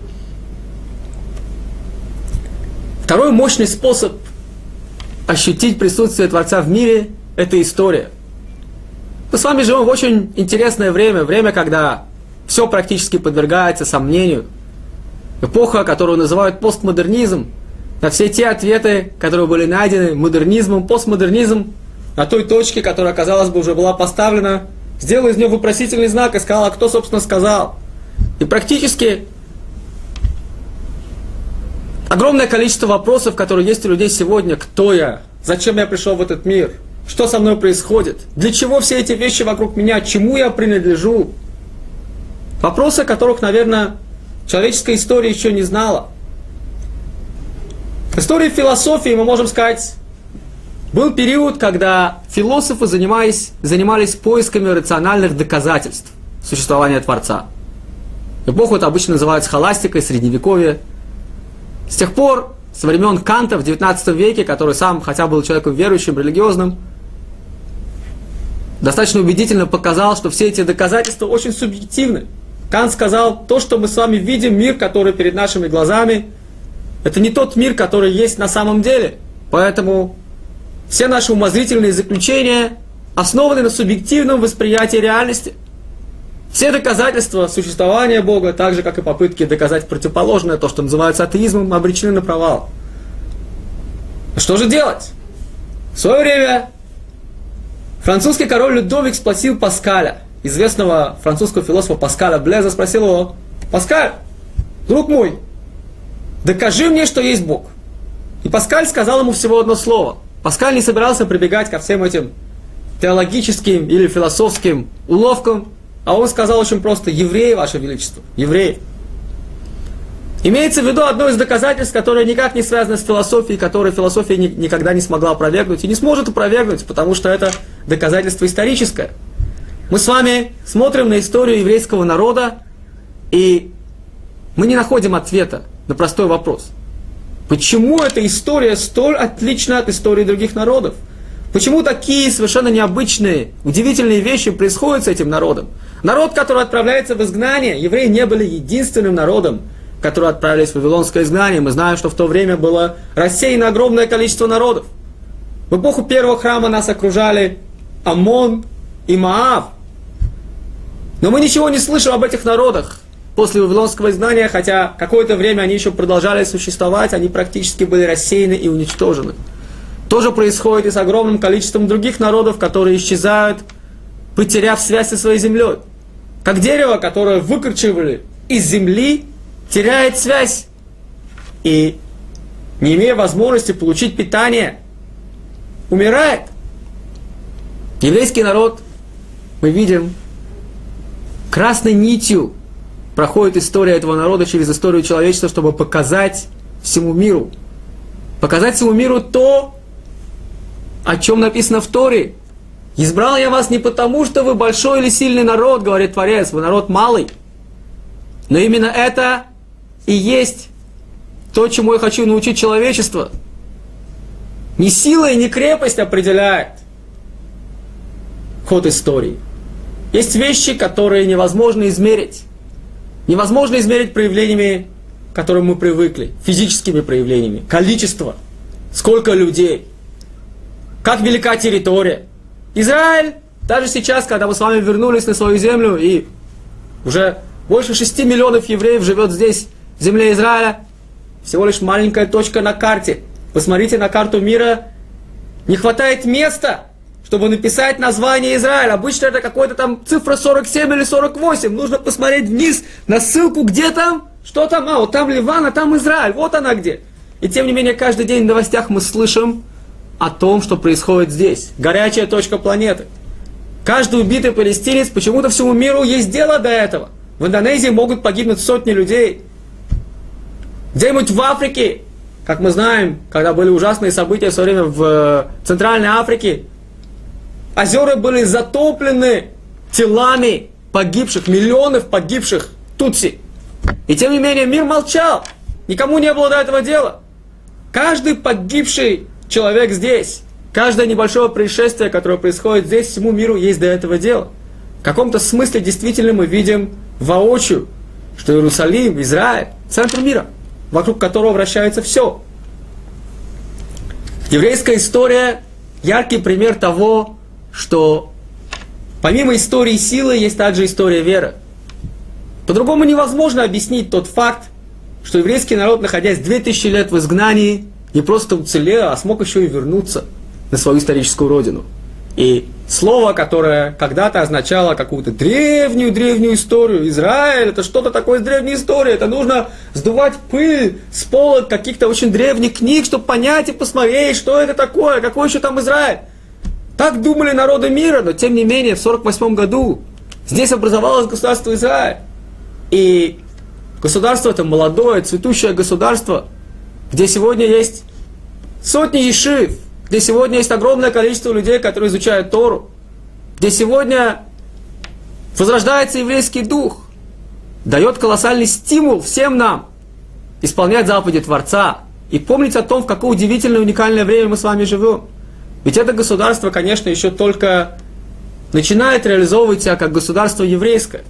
Второй мощный способ ощутить присутствие Творца в мире – это история. Мы с вами живем в очень интересное время, время, когда все практически подвергается сомнению. Эпоха, которую называют постмодернизм, на все те ответы, которые были найдены модернизмом, постмодернизм, на той точке, которая, казалось бы, уже была поставлена, сделал из нее вопросительный знак и сказал, а кто, собственно, сказал. И практически огромное количество вопросов, которые есть у людей сегодня. Кто я? Зачем я пришел в этот мир? Что со мной происходит? Для чего все эти вещи вокруг меня? Чему я принадлежу? Вопросы, которых, наверное, человеческая история еще не знала. В истории философии, мы можем сказать, был период, когда философы занимались, занимались поисками рациональных доказательств существования Творца. Эпоху это обычно называют схоластикой, средневековье. С тех пор, со времен Канта в девятнадцатом веке, который сам хотя был человеком верующим, религиозным, достаточно убедительно показал, что все эти доказательства очень субъективны. Кант сказал, то, что мы с вами видим, мир, который перед нашими глазами, это не тот мир, который есть на самом деле. Поэтому все наши умозрительные заключения основаны на субъективном восприятии реальности. Все доказательства существования Бога, так же, как и попытки доказать противоположное, то, что называется атеизмом, обречены на провал. Что же делать? В свое время французский король Людовик спросил Паскаля, известного французского философа Паскаля Блеза, спросил его: «Паскаль, друг мой, докажи мне, что есть Бог». И Паскаль сказал ему всего одно слово. Паскаль не собирался прибегать ко всем этим теологическим или философским уловкам, а он сказал очень просто: «Евреи, ваше величество, евреи». Имеется в виду одно из доказательств, которое никак не связано с философией, которое философия ни, никогда не смогла опровергнуть и не сможет опровергнуть, потому что это доказательство историческое. Мы с вами смотрим на историю еврейского народа, и мы не находим ответа на простой вопрос. Почему эта история столь отлична от истории других народов? Почему такие совершенно необычные, удивительные вещи происходят с этим народом? Народ, который отправляется в изгнание, евреи не были единственным народом, которые отправились в вавилонское изгнание. Мы знаем, что в то время было рассеяно огромное количество народов. В эпоху первого храма нас окружали Амон и Моав. Но мы ничего не слышим об этих народах после вавилонского изгнания, хотя какое-то время они еще продолжали существовать, они практически были рассеяны и уничтожены. То же происходит и с огромным количеством других народов, которые исчезают, потеряв связь со своей землей. Как дерево, которое выкорчевали из земли, теряет связь и, не имея возможности получить питание, умирает. Еврейский народ, мы видим, красной нитью проходит история этого народа через историю человечества, чтобы показать всему миру. Показать всему миру то, о чем написано в Торе. «Избрал я вас не потому, что вы большой или сильный народ, говорит Творец, вы народ малый. Но именно это и есть то, чему я хочу научить человечество. Не сила и не крепость определяет ход истории. Есть вещи, которые невозможно измерить. Невозможно измерить проявлениями, к которым мы привыкли, физическими проявлениями. Количество, сколько людей, как велика территория. Израиль, даже сейчас, когда мы с вами вернулись на свою землю, и уже больше шести миллионов евреев живет здесь, в земле Израиля, всего лишь маленькая точка на карте. Посмотрите на карту мира, не хватает места, чтобы написать название Израиля. Обычно это какой-то там цифра сорок семь или сорок восемь. Нужно посмотреть вниз на ссылку, где там, что там, а вот там Ливан, а там Израиль, вот она где. И тем не менее, каждый день в новостях мы слышим о том, что происходит здесь. Горячая точка планеты. Каждый убитый палестинец, почему-то всему миру есть дело до этого. В Индонезии могут погибнуть сотни людей. Где-нибудь в Африке, как мы знаем, когда были ужасные события в свое время в Центральной Африке, озера были затоплены телами погибших, миллионов погибших тутси. И тем не менее мир молчал. Никому не было до этого дела. Каждый погибший человек здесь, каждое небольшое происшествие, которое происходит здесь, всему миру есть до этого дела. В каком-то смысле действительно мы видим воочию, что Иерусалим, Израиль, центр мира, вокруг которого вращается все. Еврейская история – яркий пример того, что помимо истории силы есть также история веры. По-другому невозможно объяснить тот факт, что еврейский народ, находясь две тысячи лет в изгнании, не просто уцелел, а смог еще и вернуться на свою историческую родину. И слово, которое когда-то означало какую-то древнюю-древнюю историю, Израиль, это что-то такое с древней историей, это нужно сдувать пыль с полок каких-то очень древних книг, чтобы понять и посмотреть, что это такое, какой еще там Израиль. Так думали народы мира, но тем не менее в сорок восьмом году здесь образовалось государство Израиль. И государство это молодое, цветущее государство, где сегодня есть сотни ешив, где сегодня есть огромное количество людей, которые изучают Тору, где сегодня возрождается еврейский дух, дает колоссальный стимул всем нам исполнять заповеди Творца и помнить о том, в какое удивительное, уникальное время мы с вами живем. Ведь это государство, конечно, еще только начинает реализовывать себя как государство еврейское.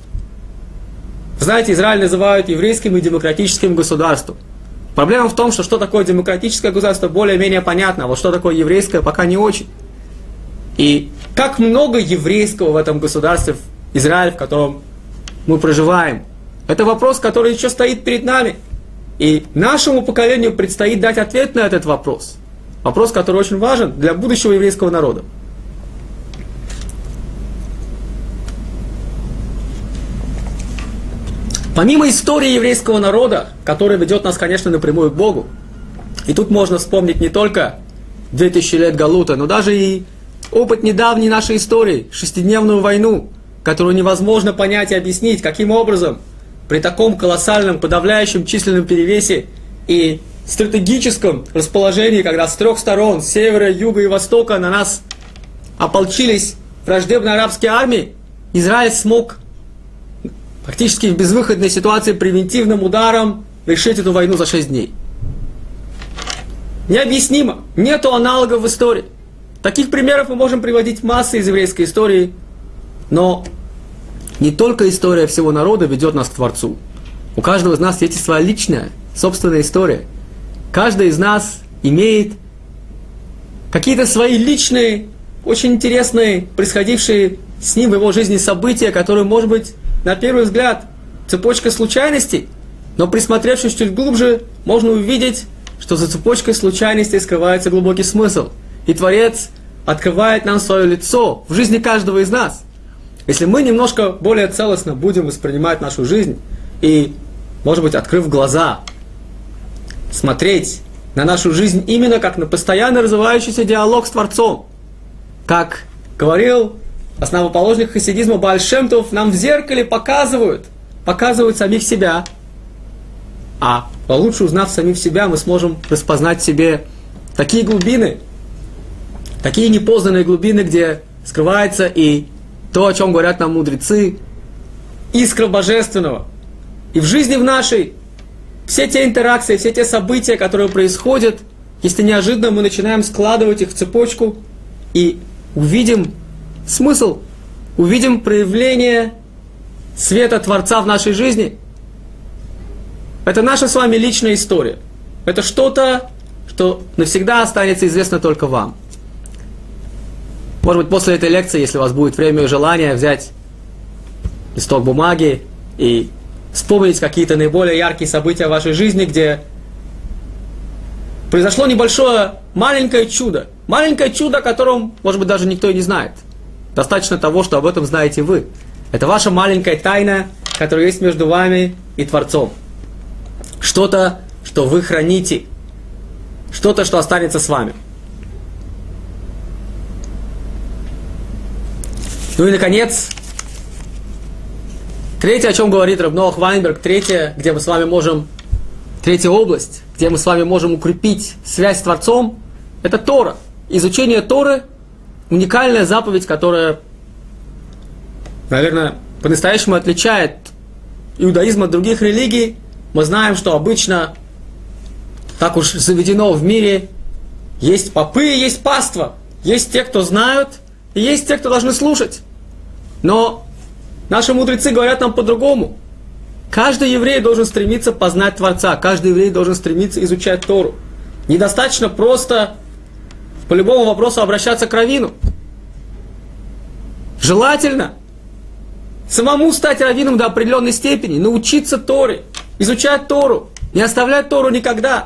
Вы знаете, Израиль называют еврейским и демократическим государством. Проблема в том, что что такое демократическое государство более-менее понятно, а вот что такое еврейское пока не очень. И как много еврейского в этом государстве, в Израиле, в котором мы проживаем, это вопрос, который еще стоит перед нами. И нашему поколению предстоит дать ответ на этот вопрос. Вопрос, который очень важен для будущего еврейского народа. Помимо истории еврейского народа, которая ведет нас, конечно, напрямую к Богу, и тут можно вспомнить не только две тысячи лет Галута, но даже и опыт недавней нашей истории, шестидневную войну, которую невозможно понять и объяснить, каким образом при таком колоссальном, подавляющем численном перевесе и стратегическом расположении, когда с трех сторон, с севера, юга и востока, на нас ополчились враждебные арабские армии, Израиль смог практически в безвыходной ситуации превентивным ударом решить эту войну за шесть дней. Необъяснимо. Нету аналогов в истории. Таких примеров мы можем приводить массы из еврейской истории, но не только история всего народа ведет нас к Творцу. У каждого из нас есть своя личная, собственная история. Каждый из нас имеет какие-то свои личные, очень интересные, происходившие с ним в его жизни события, которые, может быть, на первый взгляд, цепочка случайностей, но присмотревшись чуть глубже, можно увидеть, что за цепочкой случайностей скрывается глубокий смысл. И Творец открывает нам свое лицо в жизни каждого из нас. Если мы немножко более целостно будем воспринимать нашу жизнь и, может быть, открыв глаза, смотреть на нашу жизнь именно как на постоянно развивающийся диалог с Творцом, как говорил основоположник хасидизма Бааль Шем Тов, нам в зеркале показывают, показывают самих себя, а получше узнав самих себя, мы сможем распознать в себе такие глубины, такие непознанные глубины, где скрывается и то, о чем говорят нам мудрецы, искра божественного. И в жизни в нашей все те интеракции, все те события, которые происходят, если неожиданно мы начинаем складывать их в цепочку и увидим смысл, увидим проявление света Творца в нашей жизни. Это наша с вами личная история. Это что-то, что навсегда останется известно только вам. Может быть, после этой лекции, если у вас будет время и желание, взять листок бумаги и вспомнить какие-то наиболее яркие события в вашей жизни, где произошло небольшое, маленькое чудо. Маленькое чудо, о котором, может быть, даже никто и не знает. Достаточно того, что об этом знаете вы. Это ваша маленькая тайна, которая есть между вами и Творцом. Что-то, что вы храните. Что-то, что останется с вами. Ну и, наконец, третье, о чем говорит Рав Ноах Вайнберг, третье, где мы с вами можем, третья область, где мы с вами можем укрепить связь с Творцом, это Тора. Изучение Торы – уникальная заповедь, которая, наверное, по-настоящему отличает иудаизм от других религий. Мы знаем, что обычно, так уж заведено в мире, есть попы, есть паства, есть те, кто знают, и есть те, кто должны слушать. Но наши мудрецы говорят нам по-другому. Каждый еврей должен стремиться познать Творца, каждый еврей должен стремиться изучать Тору. Недостаточно просто по любому вопросу обращаться к раввину. Желательно самому стать раввином до определенной степени, научиться Торе, изучать Тору, не оставлять Тору никогда.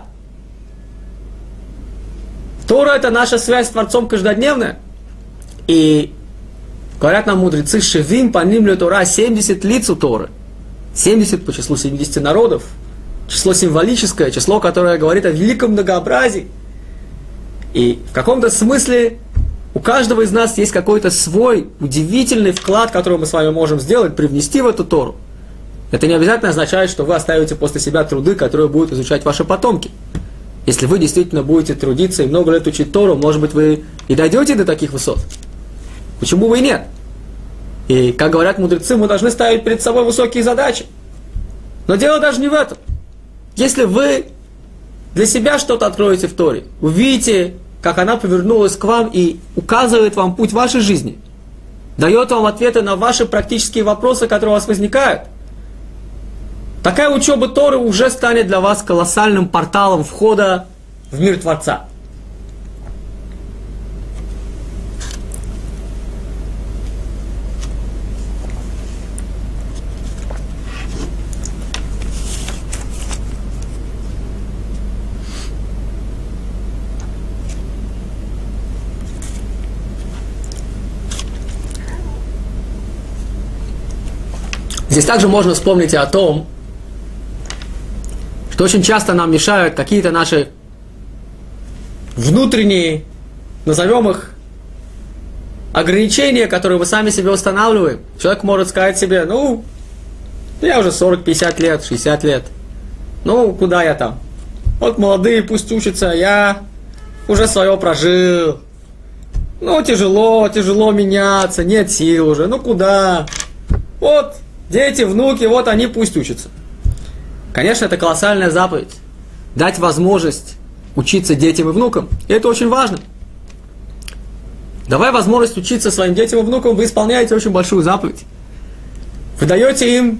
Тора – это наша связь с Творцом каждодневная. И говорят нам мудрецы, шевим паним ле Тора, семьдесят лиц у Торы. семьдесят по числу семидесяти народов. Число символическое, число, которое говорит о великом многообразии. И в каком-то смысле у каждого из нас есть какой-то свой удивительный вклад, который мы с вами можем сделать, привнести в эту Тору. Это не обязательно означает, что вы оставите после себя труды, которые будут изучать ваши потомки. Если вы действительно будете трудиться и много лет учить Тору, может быть, вы и дойдете до таких высот. Почему бы и нет? И, как говорят мудрецы, мы должны ставить перед собой высокие задачи. Но дело даже не в этом. Если вы для себя что-то откроете в Торе, увидите, как она повернулась к вам и указывает вам путь вашей жизни, дает вам ответы на ваши практические вопросы, которые у вас возникают, такая учеба Торы уже станет для вас колоссальным порталом входа в мир Творца. Здесь также можно вспомнить и о том, что очень часто нам мешают какие-то наши внутренние, назовем их, ограничения, которые мы сами себе устанавливаем. Человек может сказать себе, ну, Я уже сорок-пятьдесят лет, шестьдесят лет. Ну, куда я там? Вот молодые пусть учатся, я уже свое прожил. Ну, тяжело, тяжело меняться, нет сил уже. Ну, куда? Вот, дети, внуки, вот они пусть учатся. Конечно, это колоссальная заповедь. Дать возможность учиться детям и внукам. И это очень важно. Давая возможность учиться своим детям и внукам, вы исполняете очень большую заповедь. Вы даете им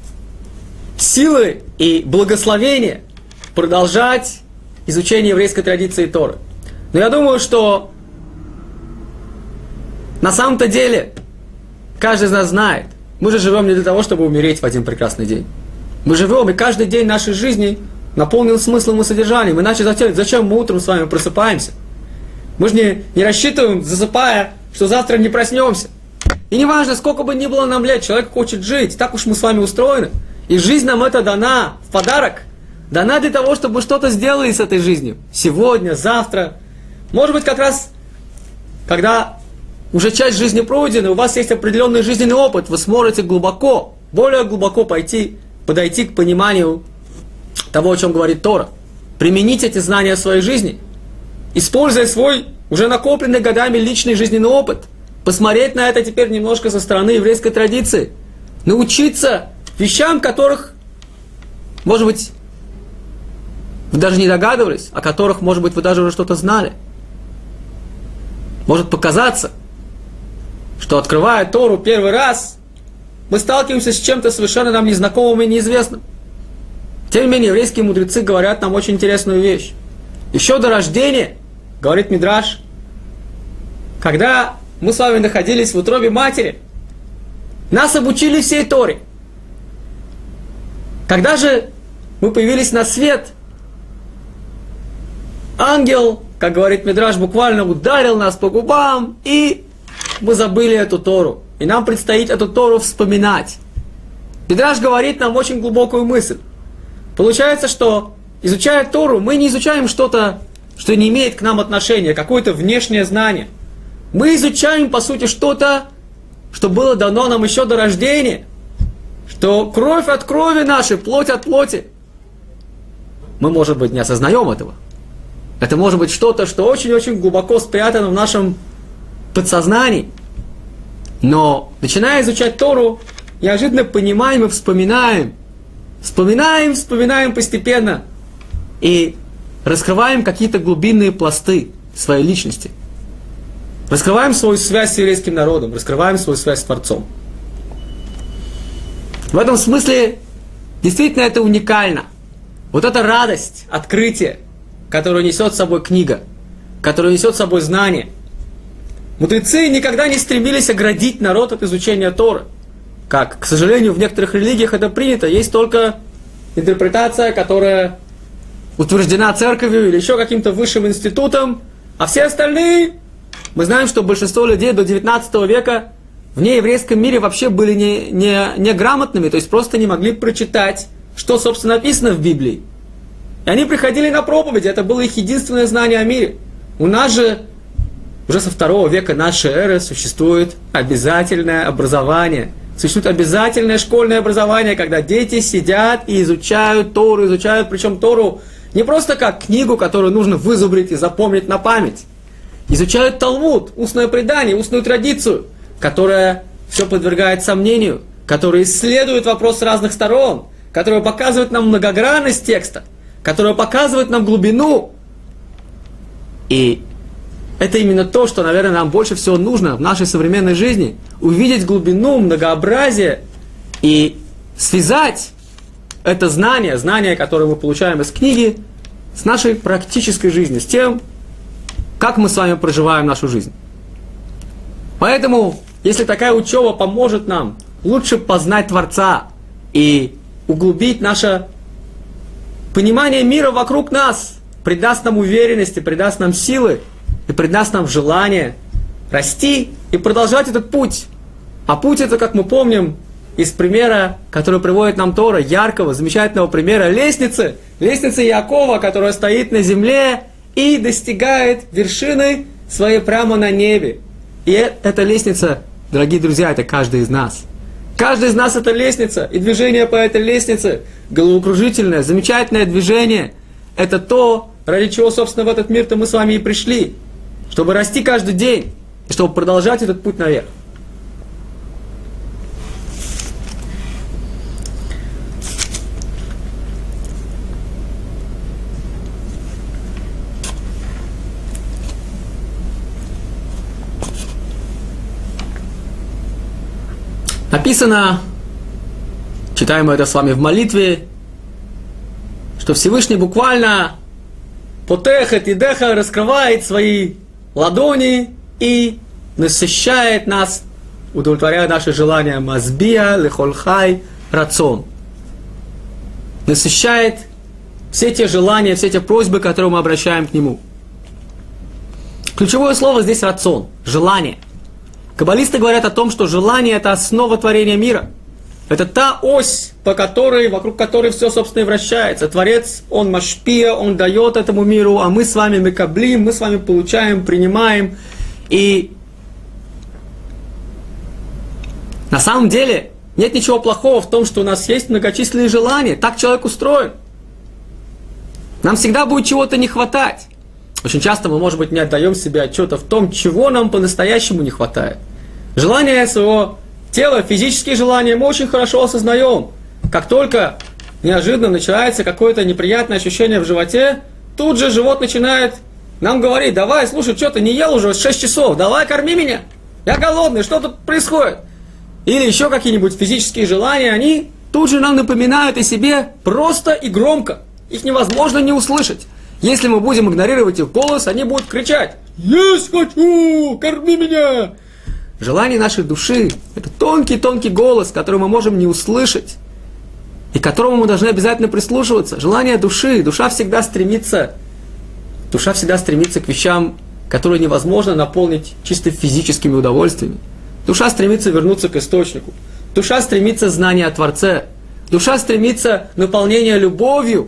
силы и благословение продолжать изучение еврейской традиции Торы. Но я думаю, что на самом-то деле каждый из нас знает, мы же живем не для того, чтобы умереть в один прекрасный день. Мы живем, и каждый день нашей жизни наполнен смыслом и содержанием. Иначе зачем, зачем мы утром с вами просыпаемся? Мы же не, не рассчитываем, засыпая, что завтра не проснемся. И не важно, сколько бы ни было нам лет, человек хочет жить. Так уж мы с вами устроены. И жизнь нам это дана в подарок. Дана для того, чтобы мы что-то сделали с этой жизнью. Сегодня, завтра. Может быть, как раз, когда уже часть жизни пройдена, у вас есть определенный жизненный опыт, вы сможете глубоко, более глубоко пойти, подойти к пониманию того, о чем говорит Тора. Применить эти знания в своей жизни, используя свой уже накопленный годами личный жизненный опыт, посмотреть на это теперь немножко со стороны еврейской традиции, научиться вещам, которых, может быть, вы даже не догадывались, о которых, может быть, вы даже уже что-то знали. Может показаться, что, открывая Тору первый раз, мы сталкиваемся с чем-то совершенно нам незнакомым и неизвестным. Тем не менее, еврейские мудрецы говорят нам очень интересную вещь. Еще до рождения, говорит Мидраш, когда мы с вами находились в утробе матери, нас обучили всей Торе. Когда же мы появились на свет, ангел, как говорит Мидраш, буквально ударил нас по губам, и мы забыли эту Тору. И нам предстоит эту Тору вспоминать. Мидраш говорит нам очень глубокую мысль. Получается, что, изучая Тору, мы не изучаем что-то, что не имеет к нам отношения, какое-то внешнее знание. Мы изучаем, по сути, что-то, что было дано нам еще до рождения. Что кровь от крови нашей, плоть от плоти. Мы, может быть, не осознаем этого. Это может быть что-то, что очень-очень глубоко спрятано в нашем подсознании. Но, начиная изучать Тору, неожиданно понимаем и вспоминаем. Вспоминаем, вспоминаем постепенно. И раскрываем какие-то глубинные пласты своей личности. Раскрываем свою связь с еврейским народом, раскрываем свою связь с Творцом. В этом смысле действительно это уникально. Вот эта радость, открытие, которую несет с собой книга, которую несет с собой знание. Мудрецы никогда не стремились оградить народ от изучения Торы. Как, к сожалению, в некоторых религиях это принято. Есть только интерпретация, которая утверждена церковью или еще каким-то высшим институтом, а все остальные, мы знаем, что большинство людей до девятнадцатого века в нееврейском мире вообще были не, не, неграмотными, то есть просто не могли прочитать, что, собственно, написано в Библии. И они приходили на проповеди, это было их единственное знание о мире. У нас же уже со второго века нашей эры существует обязательное образование. Существует обязательное школьное образование, когда дети сидят и изучают Тору, изучают, причем Тору не просто как книгу, которую нужно вызубрить и запомнить на память. Изучают Талмуд, устное предание, устную традицию, которая все подвергает сомнению, которая исследует вопрос с разных сторон, которая показывает нам многогранность текста, которая показывает нам глубину. И это именно то, что, наверное, нам больше всего нужно в нашей современной жизни. Увидеть глубину, многообразие и связать это знание, знание, которое мы получаем из книги, с нашей практической жизнью, с тем, как мы с вами проживаем нашу жизнь. Поэтому, если такая учеба поможет нам лучше познать Творца и углубить наше понимание мира вокруг нас, придаст нам уверенности, придаст нам силы и придаст нам желание расти и продолжать этот путь. А путь это, как мы помним, из примера, который приводит нам Тора, яркого, замечательного примера лестницы, лестницы Иакова, которая стоит на земле и достигает вершины своей прямо на небе. И эта лестница, дорогие друзья, это каждый из нас. Каждый из нас это лестница, и движение по этой лестнице, головокружительное, замечательное движение, это то, ради чего, собственно, в этот мир-то мы с вами и пришли, чтобы расти каждый день, и чтобы продолжать этот путь наверх. Написано, читаем мы это с вами в молитве, что Всевышний буквально потехет и деха раскрывает свои ладони и насыщает нас, удовлетворяя наши желания. Мазбия лехольхай рацон. Насыщает все те желания, все те просьбы, которые мы обращаем к Нему. Ключевое слово здесь рацон, желание. Каббалисты говорят о том, что желание – это основа творения мира. Это та ось, по которой, вокруг которой все, собственно, и вращается. Творец, он машпия, он дает этому миру, а мы с вами мекаблим, мы с вами получаем, принимаем. И на самом деле нет ничего плохого в том, что у нас есть многочисленные желания. Так человек устроен. Нам всегда будет чего-то не хватать. Очень часто мы, может быть, не отдаем себе отчета в том, чего нам по-настоящему не хватает. Желания своего тела, физические желания мы очень хорошо осознаем. Как только неожиданно начинается какое-то неприятное ощущение в животе, тут же живот начинает нам говорить: давай, слушай, что ты не ел уже шесть часов, давай корми меня, я голодный, что тут происходит? Или еще какие-нибудь физические желания, они тут же нам напоминают о себе просто и громко. Их невозможно не услышать. Если мы будем игнорировать их голос, они будут кричать: «Есть хочу! Корми меня!» Желание нашей души – это тонкий-тонкий голос, который мы можем не услышать, и к которому мы должны обязательно прислушиваться. Желание души. Душа всегда стремится, душа всегда стремится к вещам, которые невозможно наполнить чисто физическими удовольствиями. Душа стремится вернуться к источнику. Душа стремится знания о Творце. Душа стремится наполнения любовью.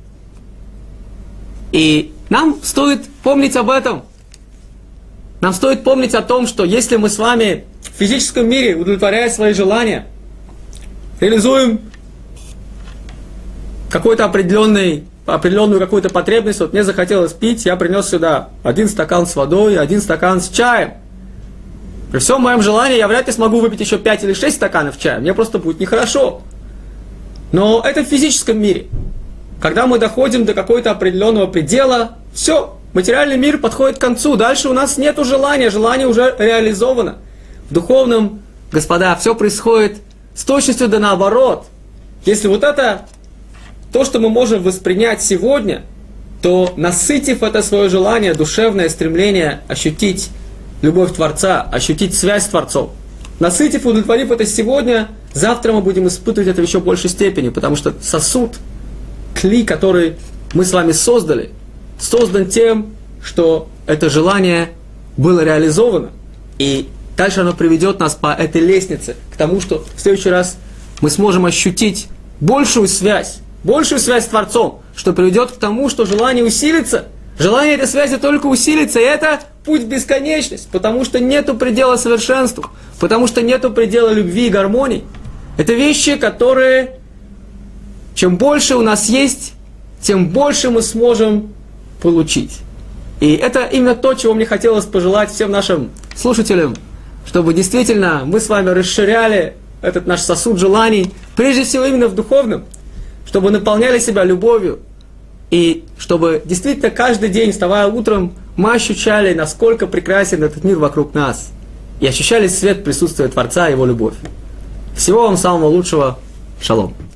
И нам стоит помнить об этом. Нам стоит помнить о том, что если мы с вами в физическом мире, удовлетворяя свои желания, реализуем какой-то определенный, определенную какую-то потребность, вот мне захотелось пить, я принес сюда один стакан с водой, один стакан с чаем. При всем моем желании я вряд ли смогу выпить еще пять или шесть стаканов чая, мне просто будет нехорошо. Но это в физическом мире. Когда мы доходим до какого-то определенного предела, все, материальный мир подходит к концу, дальше у нас нет желания, желание уже реализовано. В духовном, господа, все происходит с точностью да наоборот. Если вот это то, что мы можем воспринять сегодня, то, насытив это свое желание, душевное стремление ощутить любовь Творца, ощутить связь с Творцом, насытив, удовлетворив это сегодня, завтра мы будем испытывать это в еще большей степени, потому что сосуд, кли, который мы с вами создали, создан тем, что это желание было реализовано. И дальше оно приведет нас по этой лестнице к тому, что в следующий раз мы сможем ощутить большую связь, большую связь с Творцом, что приведет к тому, что желание усилится. Желание этой связи только усилится, и это путь в бесконечность, потому что нету предела совершенству, потому что нету предела любви и гармонии. Это вещи, которые, чем больше у нас есть, тем больше мы сможем получить. И это именно то, чего мне хотелось пожелать всем нашим слушателям, чтобы действительно мы с вами расширяли этот наш сосуд желаний, прежде всего именно в духовном, чтобы наполняли себя любовью, и чтобы действительно каждый день, вставая утром, мы ощущали, насколько прекрасен этот мир вокруг нас, и ощущали свет присутствия Творца и Его любовь. Всего вам самого лучшего. Шалом.